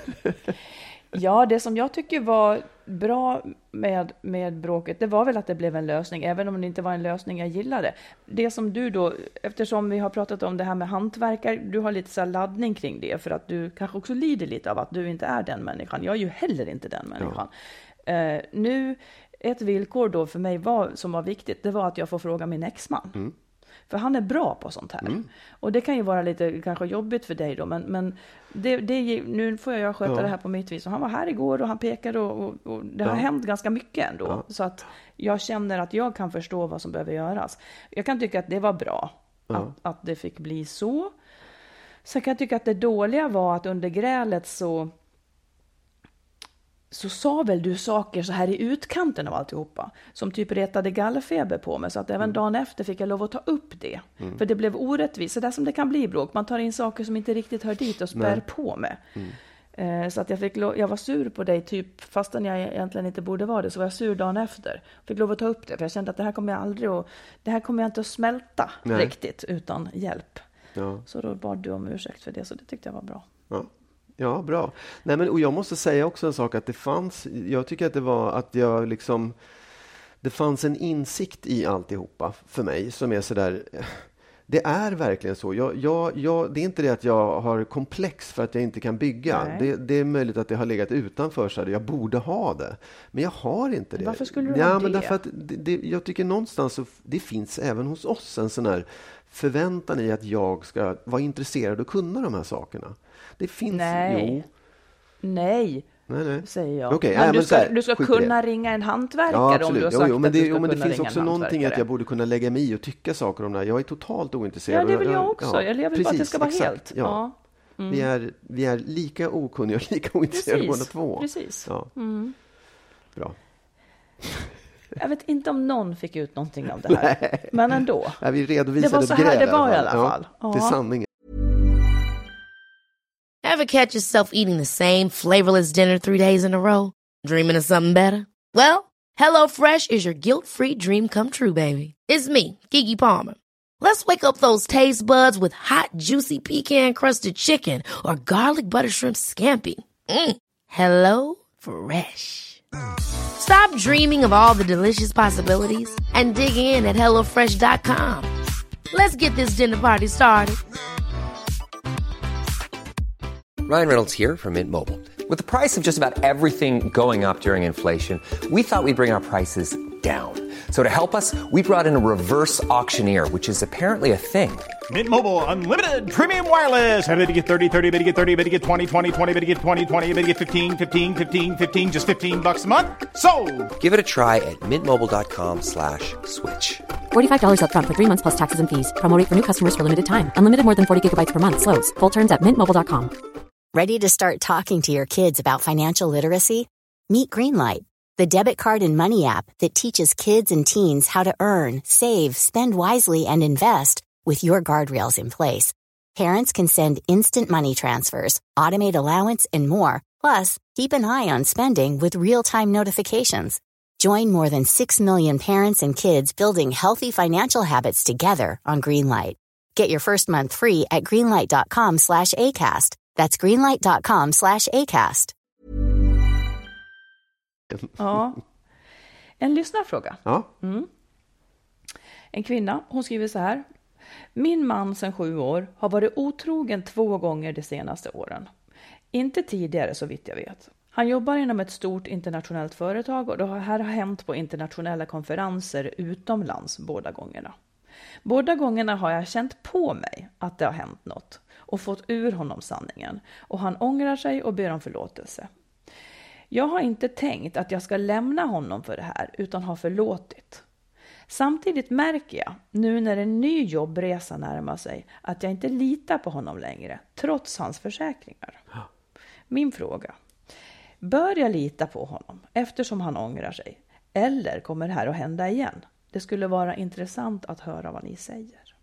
S5: Ja, det som jag tycker var bra med, med bråket, det var väl att det blev en lösning, även om det inte var en lösning jag gillade. Det som du då, eftersom vi har pratat om det här med hantverkare, du har lite så här laddning kring det, för att du kanske också lider lite av att du inte är den människan. Jag är ju heller inte den människan. Ja. Uh, nu, ett villkor då för mig var, som var viktigt, det var att jag får fråga min exman. Mm. För han är bra på sånt här. Mm. Och det kan ju vara lite kanske jobbigt för dig då. Men, men det, det, nu får jag sköta ja. det här på mitt vis. Och han var här igår och han pekade. Och, och, och det ja. har hänt ganska mycket ändå. Ja. Så att jag känner att jag kan förstå vad som behöver göras. Jag kan tycka att det var bra. Ja. Att, att det fick bli så. Sen kan jag tycka att det dåliga var att under grälet så... så sa väl du saker så här i utkanten av alltihopa som typ retade gallfeber på mig, så att även mm. dagen efter fick jag lov att ta upp det. Mm. För det blev orättvist, så där som det kan bli bråk. Man tar in saker som inte riktigt hör dit och spär Nej. på med. Mm. Eh, så att jag, fick lo- jag var sur på dig typ, fastän jag egentligen inte borde vara det, så var jag sur dagen efter. Fick lov att ta upp det, för jag kände att det här kommer jag aldrig att, det här kommer jag inte att smälta Nej. riktigt utan hjälp. Ja. Så då bad du om ursäkt för det, så det tyckte jag var bra.
S6: Ja. Ja, bra. Nej, men, och jag måste säga också en sak, att det fanns, jag tycker att det var att jag liksom, det fanns en insikt i alltihopa för mig som är så där, Det är verkligen så. Jag, jag, jag, det är inte det att jag har komplex för att jag inte kan bygga. Det, det är möjligt att det har legat utanför så jag borde ha det. Men jag har inte det.
S5: Varför skulle du
S6: ja,
S5: ha
S6: men
S5: det?
S6: Därför att det, det? Jag tycker någonstans så det finns även hos oss en sån här förväntan i att jag ska vara intresserad och kunna de här sakerna. Det finns
S5: Nej.
S6: Jo.
S5: Nej.
S6: Nej, nej.
S5: Säger jag.
S6: Okay,
S5: men
S6: ja,
S5: du
S6: men
S5: ska,
S6: här,
S5: du ska kunna ringa en hantverkare
S6: ja,
S5: om du har
S6: jo,
S5: sagt
S6: jo, men
S5: att
S6: det,
S5: du ska
S6: jo, men det
S5: kunna
S6: finns
S5: ringa
S6: också
S5: en
S6: någonting att jag borde kunna lägga mig i och tycka saker om det här. Jag är totalt ointresserad.
S5: Ja, det vill jag också.
S6: Ja,
S5: jag lever
S6: precis,
S5: bara att det ska vara
S6: exakt,
S5: helt.
S6: Ja.
S5: Ja. Mm.
S6: Vi, är, vi är lika okunniga och lika ointresserade båda två.
S5: Precis.
S6: Ja.
S5: Mm.
S6: Bra.
S5: Jag vet inte om någon fick ut någonting av det här.
S6: Nej.
S5: Men ändå.
S6: Ja, vi redovisade
S5: det var så här det var i alla fall.
S6: Ja, det är sanningen.
S7: Ever catch yourself eating the same flavorless dinner three days in a row? Dreaming of something better? Well, HelloFresh is your guilt-free dream come true, baby. It's me, Keke Palmer. Let's wake up those taste buds with hot, juicy pecan-crusted chicken or garlic butter shrimp scampi. Mm. Hello Fresh. Stop dreaming of all the delicious possibilities and dig in at hello fresh dot com. Let's get this dinner party started.
S1: Ryan Reynolds here from Mint Mobile. With the price of just about everything going up during inflation, we thought we'd bring our prices down. So to help us, we brought in a reverse auctioneer, which is apparently a thing.
S2: Mint Mobile Unlimited Premium Wireless. How to get thirty, thirty, how to get thirty, how to get twenty, twenty, twenty, how to get twenty, twenty, how to get fifteen, fifteen, fifteen, fifteen, just fifteen bucks a month? Sold!
S1: Give it a try at mintmobile.com slash switch.
S3: forty-five dollars up front for three months plus taxes and fees. Promo rate for new customers for limited time. Unlimited more than forty gigabytes per month. Slows full terms at mint mobile dot com.
S8: Ready to start talking to your kids about financial literacy? Meet Greenlight, the debit card and money app that teaches kids and teens how to earn, save, spend wisely, and invest with your guardrails in place. Parents can send instant money transfers, automate allowance, and more. Plus, keep an eye on spending with real-time notifications. Join more than six million parents and kids building healthy financial habits together on Greenlight. Get your first month free at greenlight.com slash ACAST. That's greenlight.com slash ACAST.
S5: Ja. En lyssnarfråga.
S6: Ja.
S5: Mm. En kvinna, hon skriver så här. Min man sedan sju år har varit otrogen två gånger de senaste åren. Inte tidigare så vitt jag vet. Han jobbar inom ett stort internationellt företag och det här har hänt på internationella konferenser utomlands båda gångerna. Båda gångerna har jag känt på mig att det har hänt något och fått ur honom sanningen. Och han ångrar sig och ber om förlåtelse. Jag har inte tänkt att jag ska lämna honom för det här utan har förlåtit. Samtidigt märker jag, nu när en ny jobbresa närmar sig, att jag inte litar på honom längre, trots hans försäkringar. Min fråga. Bör jag lita på honom eftersom han ångrar sig? Eller kommer det här att hända igen? Det skulle vara intressant att höra vad ni säger.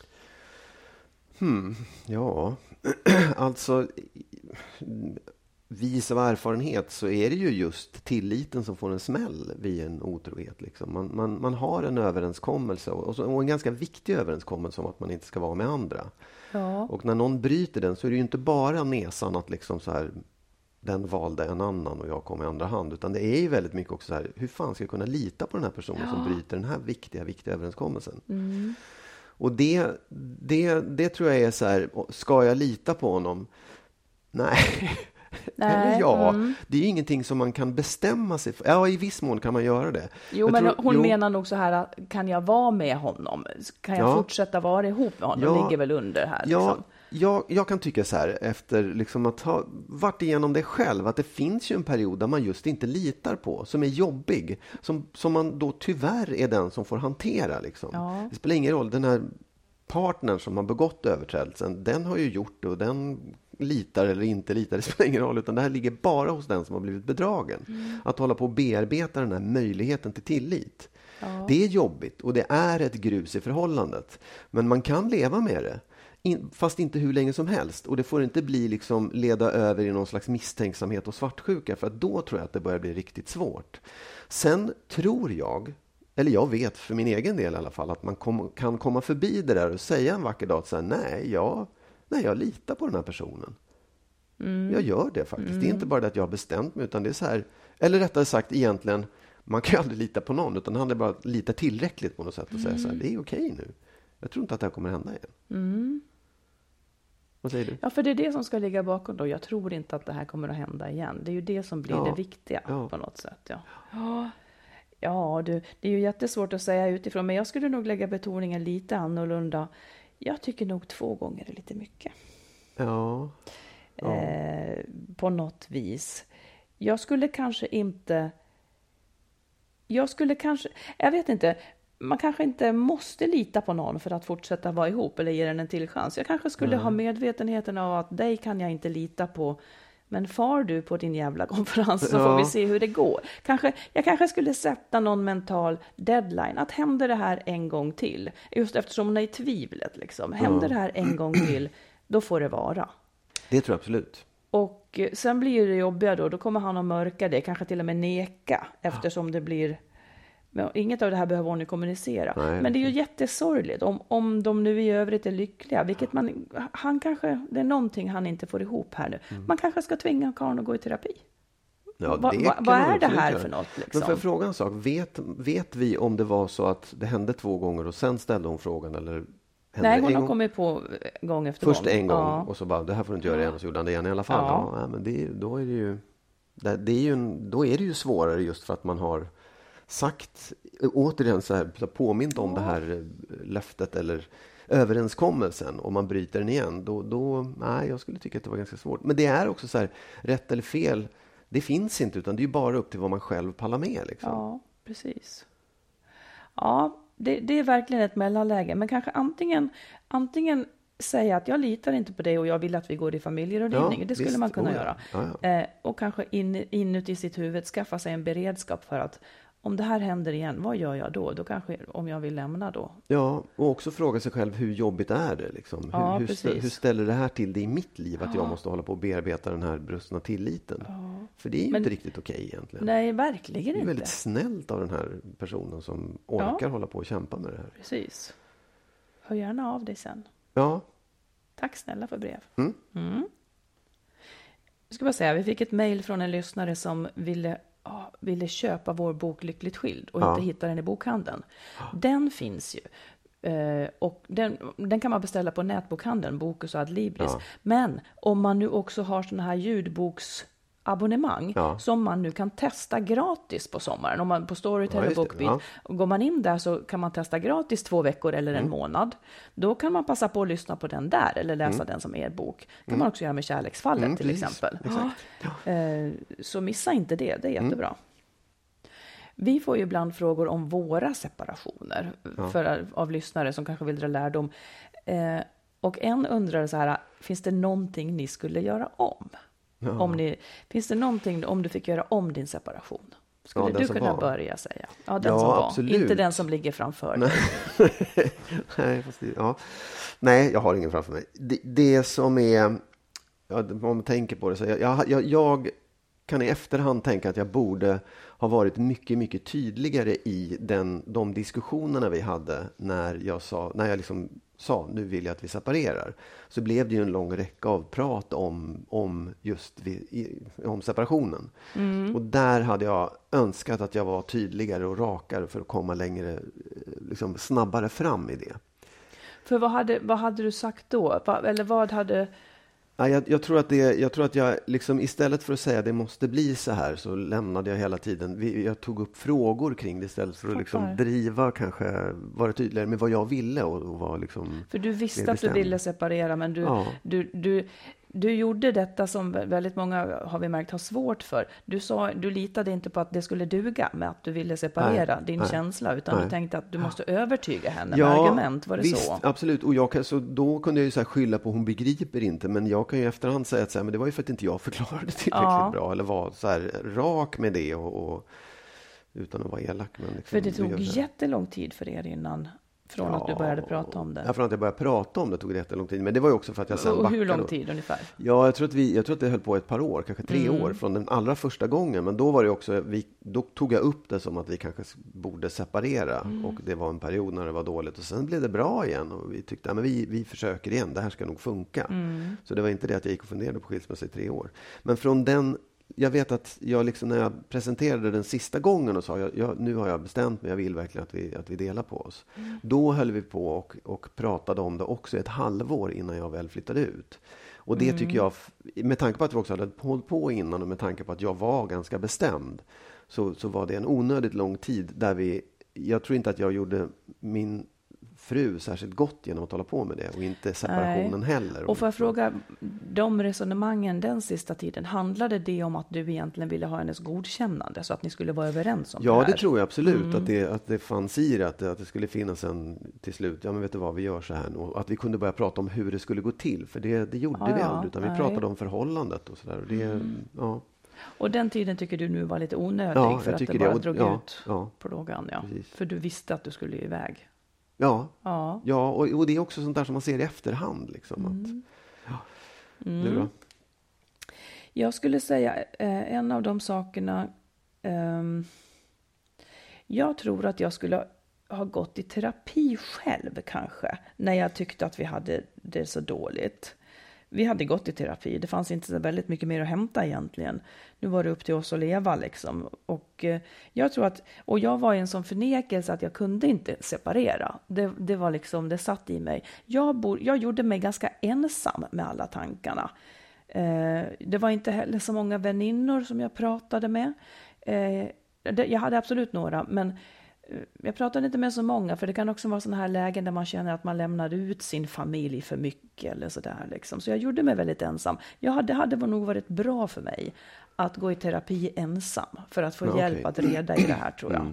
S6: Hmm, ja, alltså vis av erfarenhet så är det ju just tilliten som får en smäll vid en otrohet. Liksom. Man, man, man har en överenskommelse och, så, och en ganska viktig överenskommelse om att man inte ska vara med andra.
S5: Ja.
S6: Och när någon bryter den så är det ju inte bara näsan att liksom så här, den valde en annan och jag kom i andra hand. Utan det är ju väldigt mycket också så här, hur fan ska jag kunna lita på den här personen ja. som bryter den här viktiga, viktiga överenskommelsen?
S5: Mm.
S6: Och det, det, det tror jag är så här, ska jag lita på honom? Nej. Nej. Eller ja, mm. det är ju ingenting som man kan bestämma sig för. Ja, i viss mån kan man göra det.
S5: Jo,
S6: jag
S5: men
S6: tror,
S5: hon
S6: jo,
S5: menar nog så här, kan jag vara med honom? Kan jag
S6: ja.
S5: fortsätta vara ihop med honom?
S6: Ja.
S5: Det ligger väl under här.
S6: Ja.
S5: Liksom.
S6: Jag, jag kan tycka så här, efter liksom att ha varit igenom det själv, att det finns ju en period där man just inte litar på, som är jobbig, som, som man då tyvärr är den som får hantera. Liksom.
S5: Ja.
S6: Det spelar ingen roll, den här partnern som har begått överträdelsen, den har ju gjort det och den litar eller inte litar, det spelar ingen roll, utan det här ligger bara hos den som har blivit bedragen. Mm. Att hålla på och bearbeta den här möjligheten till tillit. Ja. Det är jobbigt och det är ett grus i förhållandet, men man kan leva med det. In, fast inte hur länge som helst. Och det får inte bli liksom leda över i någon slags misstänksamhet och svartsjuka. För att då tror jag att det börjar bli riktigt svårt. Sen tror jag, eller jag vet för min egen del i alla fall, att man kom, kan komma förbi det där och säga en vacker dag att säga, nej, jag, nej, jag litar på den här personen. Mm. Jag gör det faktiskt. Mm. Det är inte bara det att jag har bestämt mig, utan det är så här, eller rättare sagt egentligen, man kan ju aldrig lita på någon, utan det handlar bara om att lita tillräckligt på något sätt och mm. säga så här, det är okej nu. Jag tror inte att det här kommer hända igen.
S5: Mm.
S6: Vad säger du?
S5: Ja, för det är det som ska ligga bakom då. Jag tror inte att det här kommer att hända igen. Det är ju det som blir
S6: ja.
S5: det viktiga
S6: ja.
S5: på något sätt. Ja, ja. ja du, det är ju jättesvårt att säga utifrån. Men jag skulle nog lägga betoningen lite annorlunda. Jag tycker nog två gånger är lite mycket.
S6: Ja. ja.
S5: Eh, på något vis. Jag skulle kanske inte... Jag skulle kanske... Jag vet inte... Man kanske inte måste lita på någon för att fortsätta vara ihop eller ge den en till chans. Jag kanske skulle mm. ha medvetenheten av att dig kan jag inte lita på. Men far du på din jävla konferens så ja. får vi se hur det går. Kanske, jag kanske skulle sätta någon mental deadline. Att händer det här en gång till. Just eftersom hon är i tvivlet. Liksom. Händer mm. det här en gång till, då får det vara.
S6: Det tror jag absolut.
S5: Och sen blir det jobbiga då. Då kommer han att mörka det. Kanske till och med neka. Eftersom det blir... Men inget av det här behöver hon ju kommunicera. Nej, men det är ju jättesorgligt om, om de nu i övrigt är lyckliga. Vilket man, han kanske, det är någonting han inte får ihop här nu. Mm. Man kanske ska tvinga karln att gå i terapi.
S6: Ja,
S5: va, va, vad är det här för något? Liksom?
S6: Men för att fråga en sak. Vet, vet vi om det var så att det hände två gånger och sen ställde hon frågan? Eller
S5: nej, hon har gång? kommit på gång efter
S6: Först
S5: gång.
S6: Först en gång
S5: ja.
S6: och så bara, det här får du inte göra igen. Och så gjorde han det igen i alla fall. Ja. Ja, men det, då, är det ju, det, det är ju en, då är det ju svårare just för att man har sagt, återigen så här, påmint om ja. det här löftet eller överenskommelsen och man bryter den igen, då, då, nej, jag skulle tycka att det var ganska svårt. Men det är också så här, rätt eller fel, det finns inte, utan det är ju bara upp till vad man själv pallar med. Liksom.
S5: Ja, precis. Ja, det, det är verkligen ett mellanläge, men kanske antingen, antingen säga att jag litar inte på dig och jag vill att vi går i familjerådgivning. Ja, det skulle visst, man kunna oh, göra. Ja, ja. Eh, och kanske in, inuti sitt huvud skaffa sig en beredskap för att om det här händer igen, vad gör jag då? Då kanske, om jag vill lämna då.
S6: Ja, och också fråga sig själv, hur jobbigt är det? Liksom?
S5: Ja,
S6: hur, hur, hur ställer det här till det i mitt liv? Att ja. jag måste hålla på och bearbeta den här brustna tilliten? Ja. För det är ju Men, inte riktigt okej egentligen.
S5: Nej, verkligen inte.
S6: Det är väldigt snällt av den här personen som orkar ja. hålla på och kämpa med det här.
S5: Precis. Hör gärna av dig sen.
S6: Ja.
S5: Tack snälla för brev.
S6: Mm.
S5: Mm. Jag ska bara säga, vi fick ett mejl från en lyssnare som ville... ville köpa vår bok Lyckligt skild och ja. inte hitta den i bokhandeln. Den finns ju. Eh, och den, den kan man beställa på nätbokhandeln, Bokus och Adlibris. Ja. Men om man nu också har såna här ljudboksabonnemang ja. som man nu kan testa gratis på sommaren. Om man på Storytel och Bookbeat. Ja. Och går man in där så kan man testa gratis två veckor eller en mm. månad. Då kan man passa på att lyssna på den där eller läsa mm. den som er bok. kan mm. man också göra med Kärleksfallet mm, till precis. exempel.
S6: Exakt.
S5: Ja. Eh, så missa inte det, det är jättebra. Mm. Vi får ju ibland frågor om våra separationer ja. för, av lyssnare som kanske vill dra lärdom. Eh, och en undrar så här, finns det någonting ni skulle göra om? Ja. Om ni, finns det någonting om du fick göra om din separation? Skulle ja, du kunna var. börja säga? Ja, den
S6: ja,
S5: som var.
S6: Absolut.
S5: Inte den som ligger framför dig.
S6: Nej, fast det, ja. Nej, jag har ingen framför mig. Det, det som är, ja, om man tänker på det så, jag, jag, jag kan i efterhand tänka att jag borde ha varit mycket, mycket tydligare i den, de diskussionerna vi hade när jag sa, när jag liksom sa, nu vill jag att vi separerar. Så blev det ju en lång räcka av prat om, om just vi, om separationen. Mm. Och där hade jag önskat att jag var tydligare och rakare för att komma längre, liksom snabbare fram i det.
S5: För vad hade, vad hade du sagt då? Eller vad hade...
S6: Ja, jag, jag tror att det, jag tror att jag liksom istället för att säga det måste bli så här, så lämnade jag hela tiden, vi, jag tog upp frågor kring det istället för att liksom driva, kanske vara tydligare med vad jag ville och, och var liksom.
S5: För du visste att du ville separera, men du, ja. du, du, du gjorde detta som väldigt många har vi märkt har svårt för. Du sa, du litade inte på att det skulle duga med att du ville separera nej, din nej, känsla, utan nej. du tänkte att du måste övertyga henne ja, med argument, var det
S6: visst,
S5: så?
S6: Absolut, och jag kan, så då kunde jag ju så här skylla på hon begriper inte, men jag kan ju efterhand säga att så här, men det var ju för att inte jag förklarade tillräckligt ja. bra, eller var så här rak med det och, och utan att vara elak. Men liksom,
S5: för det tog jättelång tid för er innan från ja, att du började prata om det.
S6: Ja, från att jag började prata om det tog det jättelång tid. Men det var ju också för att jag sen
S5: backade. Och hur lång
S6: då.
S5: tid ungefär?
S6: Ja, jag tror att vi, jag tror att det höll på ett par år, kanske tre mm. år från den allra första gången. Men då var det också, vi, då tog jag upp det som att vi kanske borde separera. Mm. Och det var en period när det var dåligt. Och sen blev det bra igen. Och vi tyckte, ja, men vi, vi försöker igen, det här ska nog funka. Mm. Så det var inte det att jag gick och funderade på skilsmässa i tre år. Men från den jag vet att jag liksom, när jag presenterade den sista gången och sa jag, jag, nu har jag bestämt mig, jag vill verkligen att vi, att vi delar på oss. Mm. Då höll vi på och, och pratade om det också ett halvår innan jag väl flyttade ut. Och det mm. tycker jag, med tanke på att vi också hade hållit på innan och med tanke på att jag var ganska bestämd, så, så var det en onödigt lång tid där vi, jag tror inte att jag gjorde min fru särskilt gott genom att hålla på med det och inte separationen Nej. heller.
S5: Och får jag fråga, de resonemangen den sista tiden, handlade det om att du egentligen ville ha hennes godkännande så att ni skulle vara överens om
S6: ja,
S5: det här?
S6: Ja, det tror jag absolut.
S5: Mm.
S6: Att, det, att det fanns i det, att det, att det skulle finnas en till slut, ja men vet du vad, vi gör så här nu. Och att vi kunde börja prata om hur det skulle gå till, för det, det gjorde ja, vi aldrig, utan Nej. vi pratade om förhållandet och sådär. Och det, mm. ja.
S5: Och den tiden tycker du nu var lite onödig
S6: ja,
S5: för att det bara det. Och, drog ja, ut ja. på lågan. Ja. För du visste att du skulle iväg.
S6: Ja, ja. ja och, och det är också sånt där som man ser i efterhand. Liksom,
S5: mm.
S6: att, ja.
S5: mm.
S6: Du då?
S5: Jag skulle säga eh, en av de sakerna. Eh, jag tror att jag skulle ha gått i terapi själv kanske. När jag tyckte att vi hade det så dåligt. Vi hade gått i terapi. Det fanns inte så väldigt mycket mer att hämta egentligen. Nu var det upp till oss att leva liksom. Och eh, jag tror att, och jag var i en sån förnekelse att jag kunde inte separera. Det, det var liksom, det satt i mig. Jag, bor, jag gjorde mig ganska ensam med alla tankarna. Eh, det var inte heller så många väninnor som jag pratade med. Eh, det, jag hade absolut några, men jag pratade inte med så många, för det kan också vara sådana här lägen där man känner att man lämnar ut sin familj för mycket eller sådär liksom. Så jag gjorde mig väldigt ensam. Jag hade, hade nog varit bra för mig att gå i terapi ensam för att få ja, hjälp okay. att reda i det här, tror jag.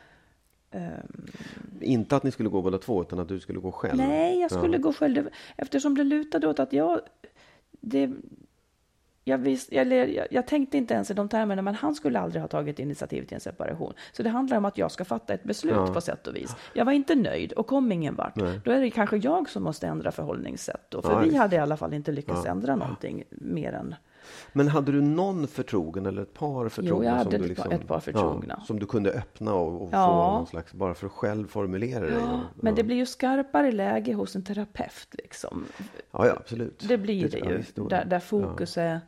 S5: Mm. Um,
S6: inte att ni skulle gå båda två, utan att du skulle gå själv?
S5: Nej, jag skulle ja. gå själv. Eftersom det lutade åt att jag... Det, Jag, vis, jag, jag, jag tänkte inte ens i de termerna, men han skulle aldrig ha tagit initiativ till en separation. Så det handlar om att jag ska fatta ett beslut ja. på sätt och vis. Jag var inte nöjd och kom ingen vart. Nej. Då är det kanske jag som måste ändra förhållningssätt. Då, för ja, vi just. hade i alla fall inte lyckats ja. ändra någonting mer än...
S6: Men hade du någon förtrogen eller ett par förtrogna?
S5: Jo, jag hade
S6: som du
S5: ett,
S6: liksom,
S5: ett par förtrogna.
S6: Ja, som du kunde öppna och, och
S5: ja.
S6: få någon slags, bara för att själv formulera
S5: ja,
S6: dig. Ja.
S5: Men det blir ju skarpare läge hos en terapeut liksom.
S6: Ja, ja absolut.
S5: Det blir det, det ju.
S6: Ja,
S5: där, där fokus ja. är...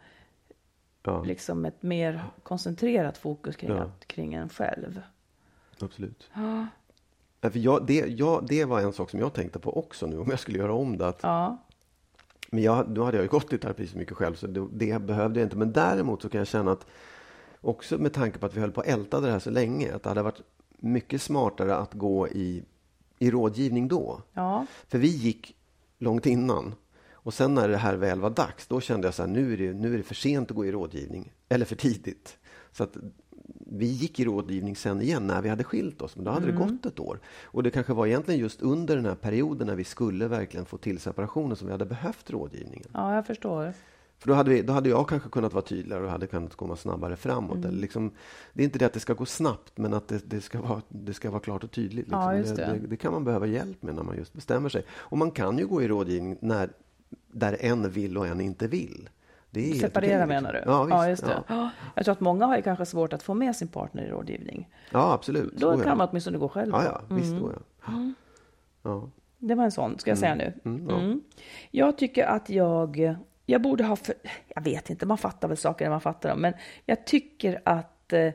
S6: Ja.
S5: Liksom ett mer koncentrerat fokus kring,
S6: ja.
S5: att, kring en själv.
S6: Absolut.
S5: Ja.
S6: För jag, det, jag, det var en sak som jag tänkte på också nu, om jag skulle göra om det. Att,
S5: ja.
S6: Men jag, då hade jag ju gått i terapi så mycket själv, så det, det behövde jag inte. Men däremot så kan jag känna att, också med tanke på att vi höll på att älta det här så länge, att det hade varit mycket smartare att gå i, i rådgivning då.
S5: Ja.
S6: För vi gick långt innan. Och sen när det här väl var dags, då kände jag så här, nu är det, nu är det för sent att gå i rådgivning. Eller för tidigt. Så att vi gick i rådgivning sen igen när vi hade skilt oss. Men då hade mm. det gått ett år. Och det kanske var egentligen just under den här perioden när vi skulle verkligen få till separationen som vi hade behövt rådgivningen.
S5: Ja, jag förstår.
S6: För då hade, vi, då hade jag kanske kunnat vara tydligare och hade kunnat komma snabbare framåt. Mm. Eller liksom, det är inte det att det ska gå snabbt, men att det, det, ska, vara, det ska vara klart och tydligt. Liksom.
S5: Ja, just det.
S6: Det, det, det kan man behöva hjälp med när man just bestämmer sig. Och man kan ju gå i rådgivning när... där en vill och en inte vill. Det är
S5: separera menar du?
S6: Ja, visst,
S5: ja just det.
S6: Ja.
S5: Jag tror att många har ju kanske svårt att få med sin partner i rådgivning.
S6: Ja, absolut.
S5: Då
S6: så
S5: kan man åtminstone gå själv.
S6: Ja, ja.
S5: Mm.
S6: Visst då, ja.
S5: Mm.
S6: ja.
S5: Det var en sån, ska jag säga
S6: mm.
S5: nu.
S6: Mm, ja.
S5: mm. Jag tycker att jag... Jag borde ha... För, jag vet inte, man fattar väl saker när man fattar dem. Men jag tycker att eh,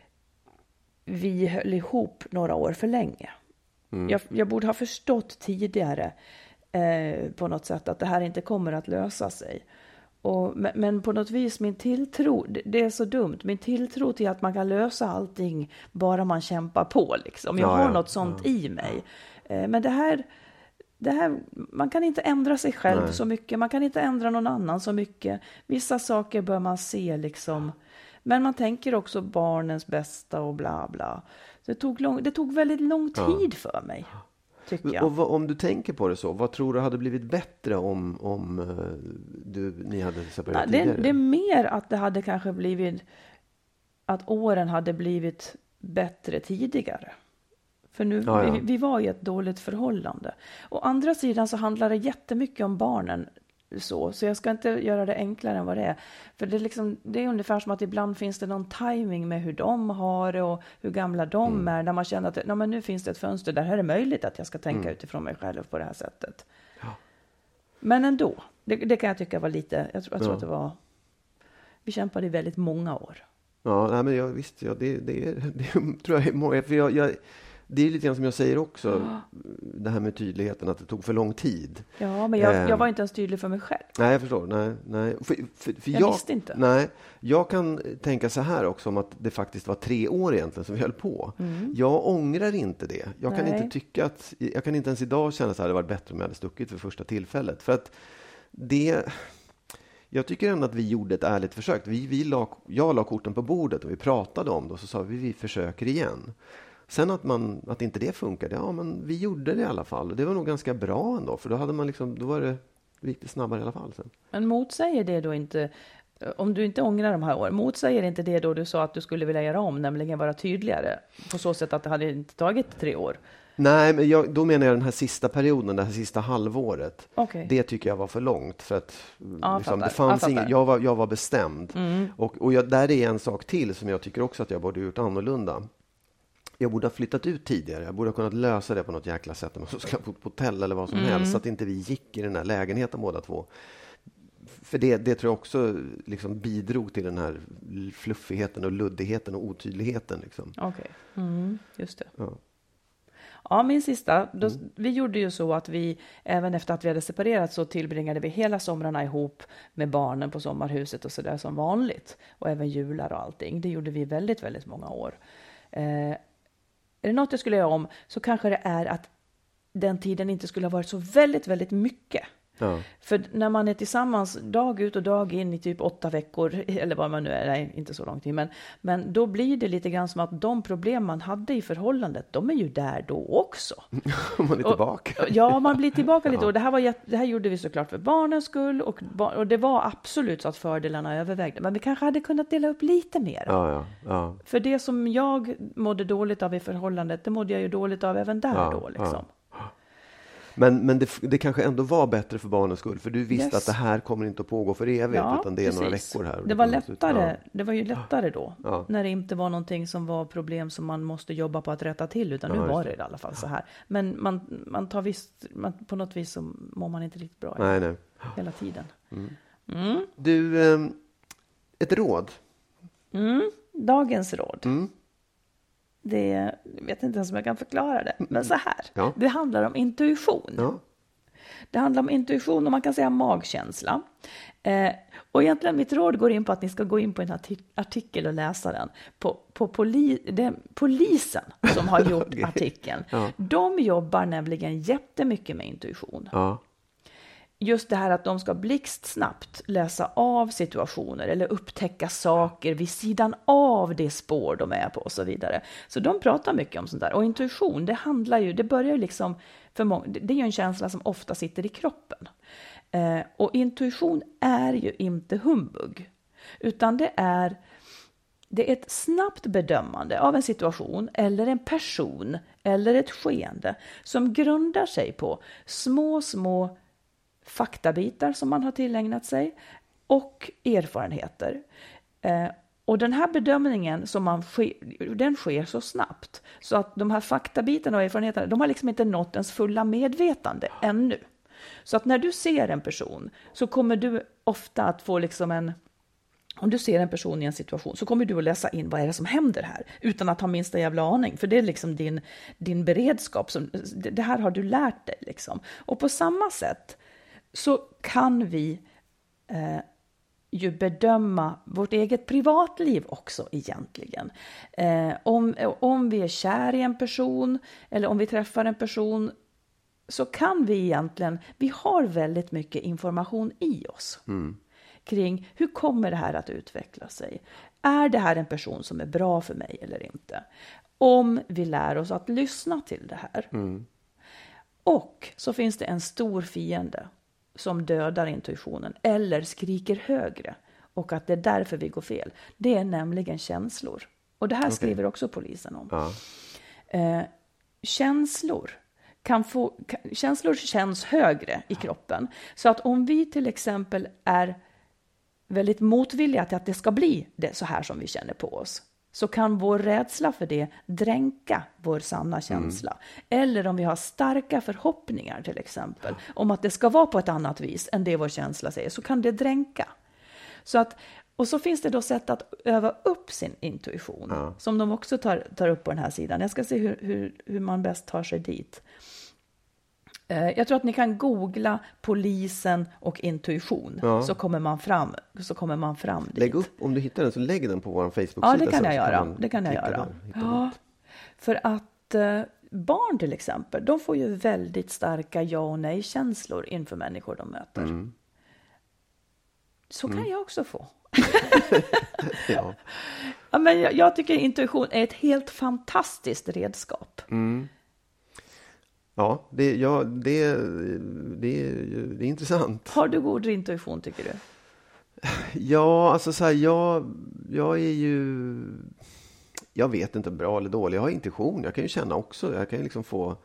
S5: vi höll ihop några år för länge. Mm. Jag, jag borde ha förstått tidigare eh, på något sätt att det här inte kommer att lösa sig. Och, men, men på något vis min tilltro, det, det är så dumt, min tilltro till att man kan lösa allting bara man kämpar på. Liksom. Jag
S6: ja,
S5: har
S6: ja,
S5: något sånt
S6: ja.
S5: i mig. Eh, men det här... Det här, man kan inte ändra sig själv Nej. så mycket. Man kan inte ändra någon annan så mycket. Vissa saker bör man se liksom. Men man tänker också barnens bästa och bla bla. Det tog, lång, det tog väldigt lång tid ja. för mig. Tycker jag.
S6: Och vad, om du tänker på det så, vad tror du hade blivit bättre om, om uh, du, ni hade separerat
S5: Nej,
S6: tidigare?
S5: Det, det är mer att det hade kanske blivit, att åren hade blivit bättre tidigare. För nu, ja, ja. Vi, vi var i ett dåligt förhållande. Å andra sidan så handlar det jättemycket om barnen. Så, så jag ska inte göra det enklare än vad det är. För det är, liksom, det är ungefär som att ibland finns det någon timing med hur de har det och hur gamla de mm. är. När man känner att nej, men nu finns det ett fönster där här är möjligt att jag ska tänka mm. utifrån mig själv på det här sättet. Ja. Men ändå, det, det kan jag tycka var lite, jag tror, jag tror ja. att det var... Vi kämpade i väldigt många år.
S6: Ja, nej, men jag, visst, ja, det, det, det tror jag är många. För jag, jag, det är lite grann som jag säger också, ja. Det här med tydligheten, att det tog för lång tid.
S5: Ja, men jag, eh, jag var inte ens tydlig för mig själv.
S6: Nej, jag förstår. Nej, nej. För, för, för
S5: jag, jag visste inte.
S6: Nej, jag kan tänka så här också, om att det faktiskt var tre år egentligen som vi höll på. Mm. Jag ångrar inte det. Jag nej. kan inte tycka att, jag kan inte ens idag känna att det hade varit bättre om jag hade stuckit för första tillfället. För att det... Jag tycker ändå att vi gjorde ett ärligt försök. Vi, vi la, jag la korten på bordet och vi pratade om det och så sa vi vi försöker igen. Sen att, man, att inte det funkade, ja men vi gjorde det i alla fall. Och det var nog ganska bra ändå, för då, hade man liksom, då var det lite snabbare i alla fall. Sen.
S5: Men motsäger det då inte, om du inte ångrar de här åren, motsäger inte det då du sa att du skulle vilja göra om, nämligen vara tydligare på så sätt att det hade inte tagit tre år?
S6: Nej, men jag, då menar jag den här sista perioden, det här sista halvåret.
S5: Okay.
S6: Det tycker jag var för långt. För att
S5: ja,
S6: liksom, det fanns jag, ingen, jag, var, jag var bestämd. Mm. Och, och jag, där är en sak till som jag tycker också att jag borde gjort annorlunda. Jag borde ha flyttat ut tidigare. Jag borde ha kunnat lösa det på något jäkla sätt. Om man ska på hotell eller vad som mm. helst. Så att inte vi gick i den här lägenheten båda två. För det, det tror jag också liksom bidrog till den här fluffigheten och luddigheten och otydligheten. Liksom.
S5: Okej, okay. mm, just det.
S6: Ja.
S5: Ja, min sista. Då, mm. Vi gjorde ju så att vi, även efter att vi hade separerat, så tillbringade vi hela somrarna ihop med barnen på sommarhuset och sådär som vanligt. Och även jular och allting. Det gjorde vi väldigt, väldigt många år. Eh, är det något jag skulle göra om, så kanske det är att den tiden inte skulle ha varit så väldigt, väldigt mycket. Ja. För när man är tillsammans dag ut och dag in i typ åtta veckor, eller vad man nu är, nej, inte så lång tid, men, men då blir det lite grann som att de problem man hade i förhållandet, de är ju där då också.
S6: Man är tillbaka.
S5: Och, ja, man blir tillbaka lite. Ja. Och det här, var, det här gjorde vi såklart för barnens skull, och, och det var absolut så att fördelarna övervägde. Men vi kanske hade kunnat dela upp lite mer.
S6: Ja, ja, ja.
S5: För det som jag mådde dåligt av i förhållandet, det mådde jag ju dåligt av även där ja, då liksom. Ja.
S6: Men, men det, det kanske ändå var bättre för barnens skull. För du visste yes. att det här kommer inte att pågå för evigt. Ja, utan det är precis. Några veckor här.
S5: Det var lättare. Ja. Det var ju lättare då. Ja. När det inte var någonting som var problem som man måste jobba på att rätta till. Utan ja, nu var det i alla fall så här. Men man, man tar visst, man, på något vis så mår man inte riktigt bra.
S6: Nej, nej.
S5: Hela tiden.
S6: Mm. Mm. Du, eh, ett råd.
S5: Mm. Dagens råd.
S6: Mm.
S5: Det, jag vet inte ens om jag kan förklara det. Men så här.
S6: Ja.
S5: Det handlar om intuition.
S6: Ja.
S5: Det handlar om intuition och man kan säga magkänsla. Eh, och egentligen mitt råd går in på att ni ska gå in på en artikel och läsa den. På, på poli, det, polisen som har gjort okay. artikeln. Ja. De jobbar nämligen jättemycket med intuition.
S6: Ja.
S5: Just det här att de ska blixtsnabbt läsa av situationer eller upptäcka saker vid sidan av det spår de är på och så vidare. Så de pratar mycket om sånt där. Och intuition, det handlar ju, det börjar ju liksom, för många, det är ju en känsla som ofta sitter i kroppen. Eh, och intuition är ju inte humbug, utan det är, det är ett snabbt bedömande av en situation eller en person eller ett skeende som grundar sig på små, små faktabitar som man har tillägnat sig och erfarenheter. Eh, och den här bedömningen som man sker, den sker så snabbt så att de här faktabitarna och erfarenheterna, de har liksom inte nått ens fulla medvetande ännu. Så att när du ser en person så kommer du ofta att få liksom en, om du ser en person i en situation så kommer du att läsa in vad är det som händer här utan att ha minsta jävla aning. För det är liksom din, din beredskap. Som, det här har du lärt dig liksom. Och på samma sätt så kan vi eh, ju bedöma vårt eget privatliv också egentligen. Eh, om, om vi är kär i en person eller om vi träffar en person så kan vi egentligen, vi har väldigt mycket information i oss.
S6: Mm.
S5: Kring hur kommer det här att utveckla sig? Är det här en person som är bra för mig eller inte? Om vi lär oss att lyssna till det här.
S6: Mm.
S5: Och så finns det en stor fiende som dödar intuitionen eller skriker högre. Och att det är därför vi går fel. Det är nämligen känslor. Och det här okay. skriver också polisen om.
S6: Ja.
S5: Eh, känslor. Kan få, kan, känslor känns högre i kroppen. Så att om vi till exempel är väldigt motvilliga till att det ska bli det så här som vi känner på oss, så kan vår rädsla för det dränka vår sanna känsla. Mm. Eller om vi har starka förhoppningar till exempel om att det ska vara på ett annat vis än det vår känsla säger, så kan det dränka. Så att Och så finns det då sätt att öva upp sin intuition. Ja. Som de också tar, tar upp på den här sidan. Jag ska se hur, hur, hur man bäst tar sig dit. Jag tror att ni kan googla polisen och intuition. Ja. Så kommer man fram, så kommer man fram dit.
S6: Lägg upp, om du hittar den så lägg den på vår Facebook-sida.
S5: Ja, det kan jag göra. Det kan jag göra. Där, ja, för att eh, barn till exempel, de får ju väldigt starka ja och nej-känslor inför människor de möter. Mm. Så kan mm. jag också få. ja. Ja, men jag, jag tycker intuition är ett helt fantastiskt redskap.
S6: Mm. Ja, det, ja det, det, det är intressant.
S5: Har du god intuition tycker du?
S6: Ja, alltså så här, jag, jag är ju... Jag vet inte bra eller dålig. Jag har intuition. Jag kan ju känna också. Jag kan ju liksom få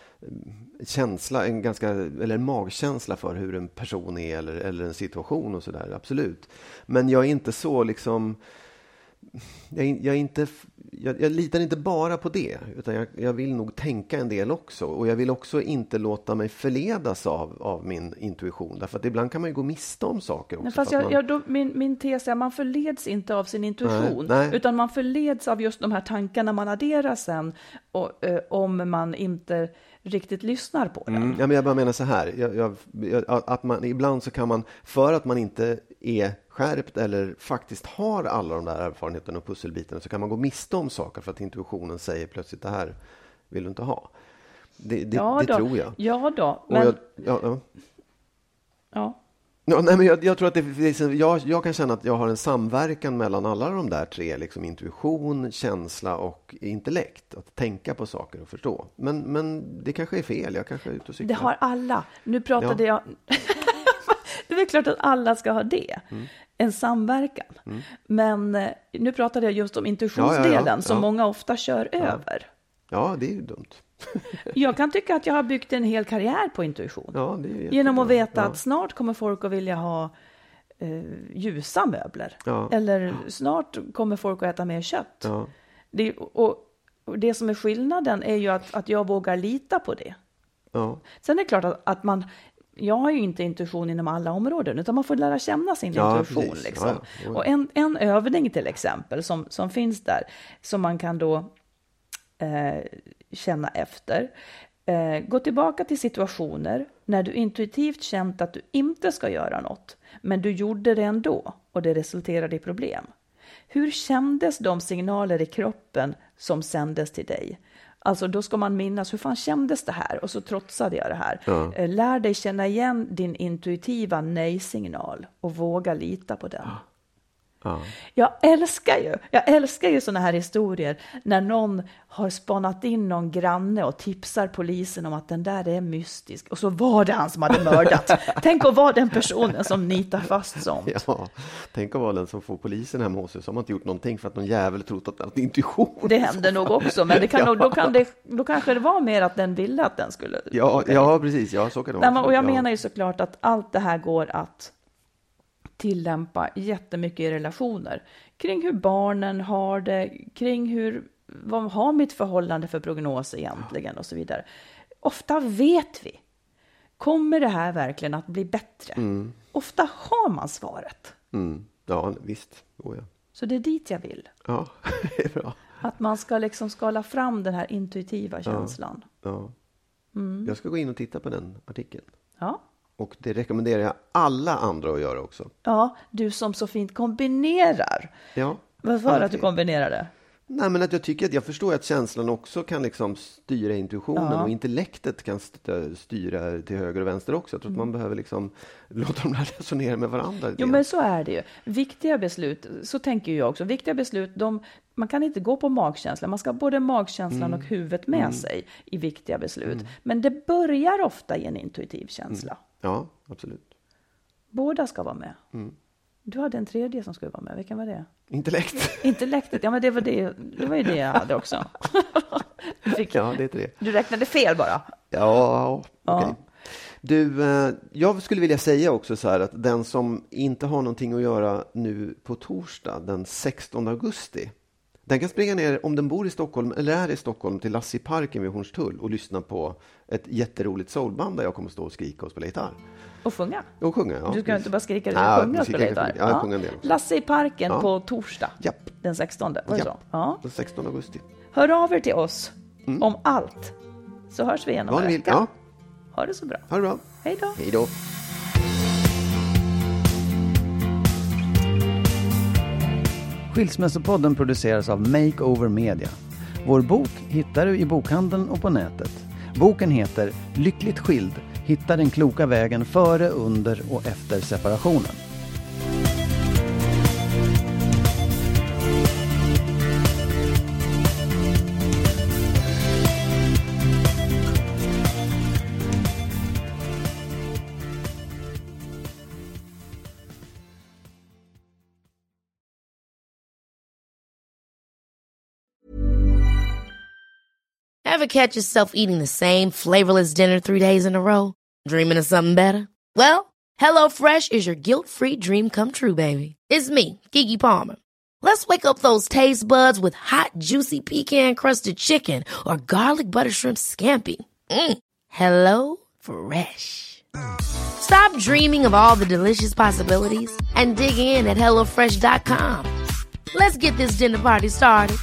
S6: känsla, en ganska, eller en magkänsla för hur en person är eller, eller en situation och sådär. Absolut. Men jag är inte så liksom... Jag, jag, är inte, jag, jag litar inte bara på det, utan jag, jag vill nog tänka en del också. Och jag vill också inte låta mig förledas av, av min intuition. Därför att ibland kan man ju gå miste om saker också.
S5: Men fast jag, man... jag, då, min, min tes är att man förleds inte av sin intuition. Nej, nej. Utan man förleds av just de här tankarna man adderar sen. Och, eh, om man inte riktigt lyssnar på den.
S6: Mm, ja, men jag bara menar så här. Jag, jag, jag, att man, ibland så kan man, för att man inte är skärpt eller faktiskt har alla de där erfarenheterna och pusselbitarna, så kan man gå miste om saker för att intuitionen säger plötsligt det här vill du inte ha. Det, det,
S5: ja,
S6: det tror jag.
S5: Ja då, men...
S6: Jag, ja, ja.
S5: ja.
S6: Ja, nej, men jag, jag tror att det, jag, jag kan känna att jag har en samverkan mellan alla de där tre, liksom intuition, känsla och intellekt. Att tänka på saker och förstå. Men, men det kanske är fel, jag kanske är ute och cyklar.
S5: Det har alla. Nu pratade ja. jag... Det är klart att alla ska ha det. Mm. En samverkan. Mm. Men nu pratade jag just om intuitionsdelen ja, ja, ja. som ja. många ofta kör
S6: ja.
S5: över.
S6: Ja, det är ju dumt.
S5: Jag kan tycka att jag har byggt en hel karriär på intuition.
S6: Ja, det är
S5: genom att veta ja. att snart kommer folk att vilja ha eh, ljusa möbler. Ja. Eller snart kommer folk att äta mer kött. Ja. Det, och, och det som är skillnaden är ju att, att jag vågar lita på det. Ja. Sen är det klart att, att man... Jag har ju inte intuition inom alla områden, utan man får lära känna sin ja, intuition. Liksom. Ja, ja. Och en, en övning till exempel som, som finns där, som man kan då eh, känna efter. Eh, gå tillbaka till situationer när du intuitivt känt att du inte ska göra något, men du gjorde det ändå och det resulterade i problem. Hur kändes de signaler i kroppen som sändes till dig? Alltså då ska man minnas, hur fan kändes det här? Och så trotsade jag det här. Ja. Lär dig känna igen din intuitiva nej-signal och våga lita på den. Ja. Ja. Jag älskar ju, jag älskar ju såna här historier när någon har spanat in någon granne och tipsar polisen om att den där är mystisk. Och så var det han som hade mördat. Tänk att vara den personen som nitar fast sånt.
S6: Ja, tänk att vara den som får polisen hemma hos sig, som har inte gjort någonting för att någon jävel trott att det är intuition.
S5: Det händer nog också, men det kan ja. nog, då, kan det, då kanske det var mer att den ville att den skulle.
S6: Ja, ja precis. Ja, så kan det vara.
S5: Och jag menar ju såklart att allt det här går att tillämpa jättemycket i relationer. Kring hur barnen har det, kring hur, vad har mitt förhållande för prognos egentligen och så vidare. Ofta vet vi, kommer det här verkligen att bli bättre? Mm. Ofta har man svaret.
S6: Mm. Ja, visst. Oh, ja.
S5: Så det är dit jag vill.
S6: Ja, det är bra.
S5: Att man ska liksom skala fram den här intuitiva känslan.
S6: Ja. Ja. Mm. Jag ska gå in och titta på den artikeln.
S5: Ja.
S6: Och det rekommenderar jag alla andra att göra också.
S5: Ja, du som så fint kombinerar.
S6: Ja.
S5: Varför alltid. Att du kombinerar det?
S6: Nej, men att jag tycker att jag förstår att känslan också kan liksom styra intuitionen. Ja. Och intellektet kan styra till höger och vänster också. Jag tror mm. att man behöver liksom låta dem resonera med varandra.
S5: Jo, men så är det ju. Viktiga beslut, så tänker jag också. Viktiga beslut, de, man kan inte gå på magkänslan. Man ska ha både magkänslan mm. och huvudet med mm. sig i viktiga beslut. Mm. Men det börjar ofta i en intuitiv känsla.
S6: Mm. Ja, absolut.
S5: Båda ska vara med. Mm. Du hade en tredje som skulle vara med. Vilken var det?
S6: Intellekt.
S5: Intellektet, ja men det var, det, det var ju det jag hade också. Du fick,
S6: ja, det är tre.
S5: Du räknade fel bara.
S6: Ja, okej. Okay. Ja. Du, eh, jag skulle vilja säga också så här att den som inte har någonting att göra nu på torsdag, den sextonde augusti, Den kan springa ner, om den bor i Stockholm eller är i Stockholm, till Lasse i parken vid Hornstull och lyssna på ett jätteroligt soulband där jag kommer stå och skrika och spela gitarr.
S5: Och sjunga?
S6: Och sjunga, ja.
S5: Du ska
S6: precis.
S5: inte bara skrika, du
S6: ja,
S5: sjunga och spela gitarr.
S6: Ja, jag sjunger en del också.
S5: Lasse i parken
S6: ja.
S5: på torsdag,
S6: Japp.
S5: den sextonde. Var det
S6: Japp.
S5: så? Ja.
S6: Den sextonde augusti.
S5: Hör av er till oss mm. om allt. Så hörs vi igen om en vecka.
S6: Ja.
S5: Ha det så bra.
S6: Ha det bra.
S5: Hej då.
S6: Hej då.
S9: Skilsmässopodden produceras av Makeover Media. Vår bok hittar du i bokhandeln och på nätet. Boken heter Lyckligt skild. Hitta den kloka vägen före, under och efter separationen.
S7: Ever catch yourself eating the same flavorless dinner three days in a row? Dreaming of something better? Well, HelloFresh is your guilt-free dream come true, baby. It's me, Keke Palmer. Let's wake up those taste buds with hot, juicy pecan-crusted chicken or garlic butter shrimp scampi. Mm. Hello Fresh. Stop dreaming of all the delicious possibilities and dig in at hello fresh dot com. Let's get this dinner party started.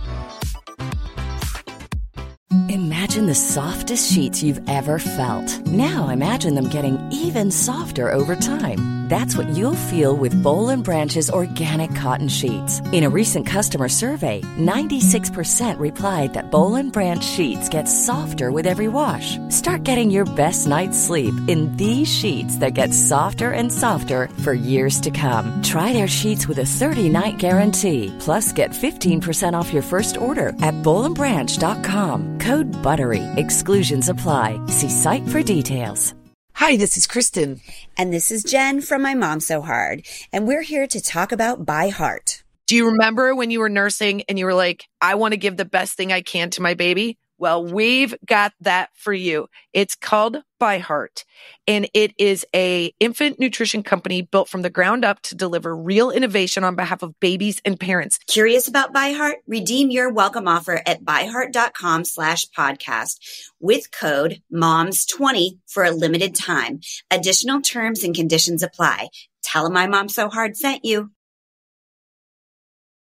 S10: Imagine the softest sheets you've ever felt. Now imagine them getting even softer over time. That's what you'll feel with Boll and Branch's organic cotton sheets. In a recent customer survey, ninety-six percent replied that Boll and Branch sheets get softer with every wash. Start getting your best night's sleep in these sheets that get softer and softer for years to come. Try their sheets with a thirty-night guarantee. Plus, get fifteen percent off your first order at boll and branch dot com. Code BUTTERY. Exclusions apply. See site for details.
S11: Hi, this is Kristen.
S12: And this is Jen from My Mom So Hard. And we're here to talk about By Heart.
S11: Do you remember when you were nursing and you were like, I want to give the best thing I can to my baby? Well, we've got that for you. It's called By Heart, and it is a infant nutrition company built from the ground up to deliver real innovation on behalf of babies and parents.
S12: Curious about By Heart? Redeem your welcome offer at byheart.com slash podcast with code moms twenty for a limited time. Additional terms and conditions apply. Tell them My Mom So Hard sent you.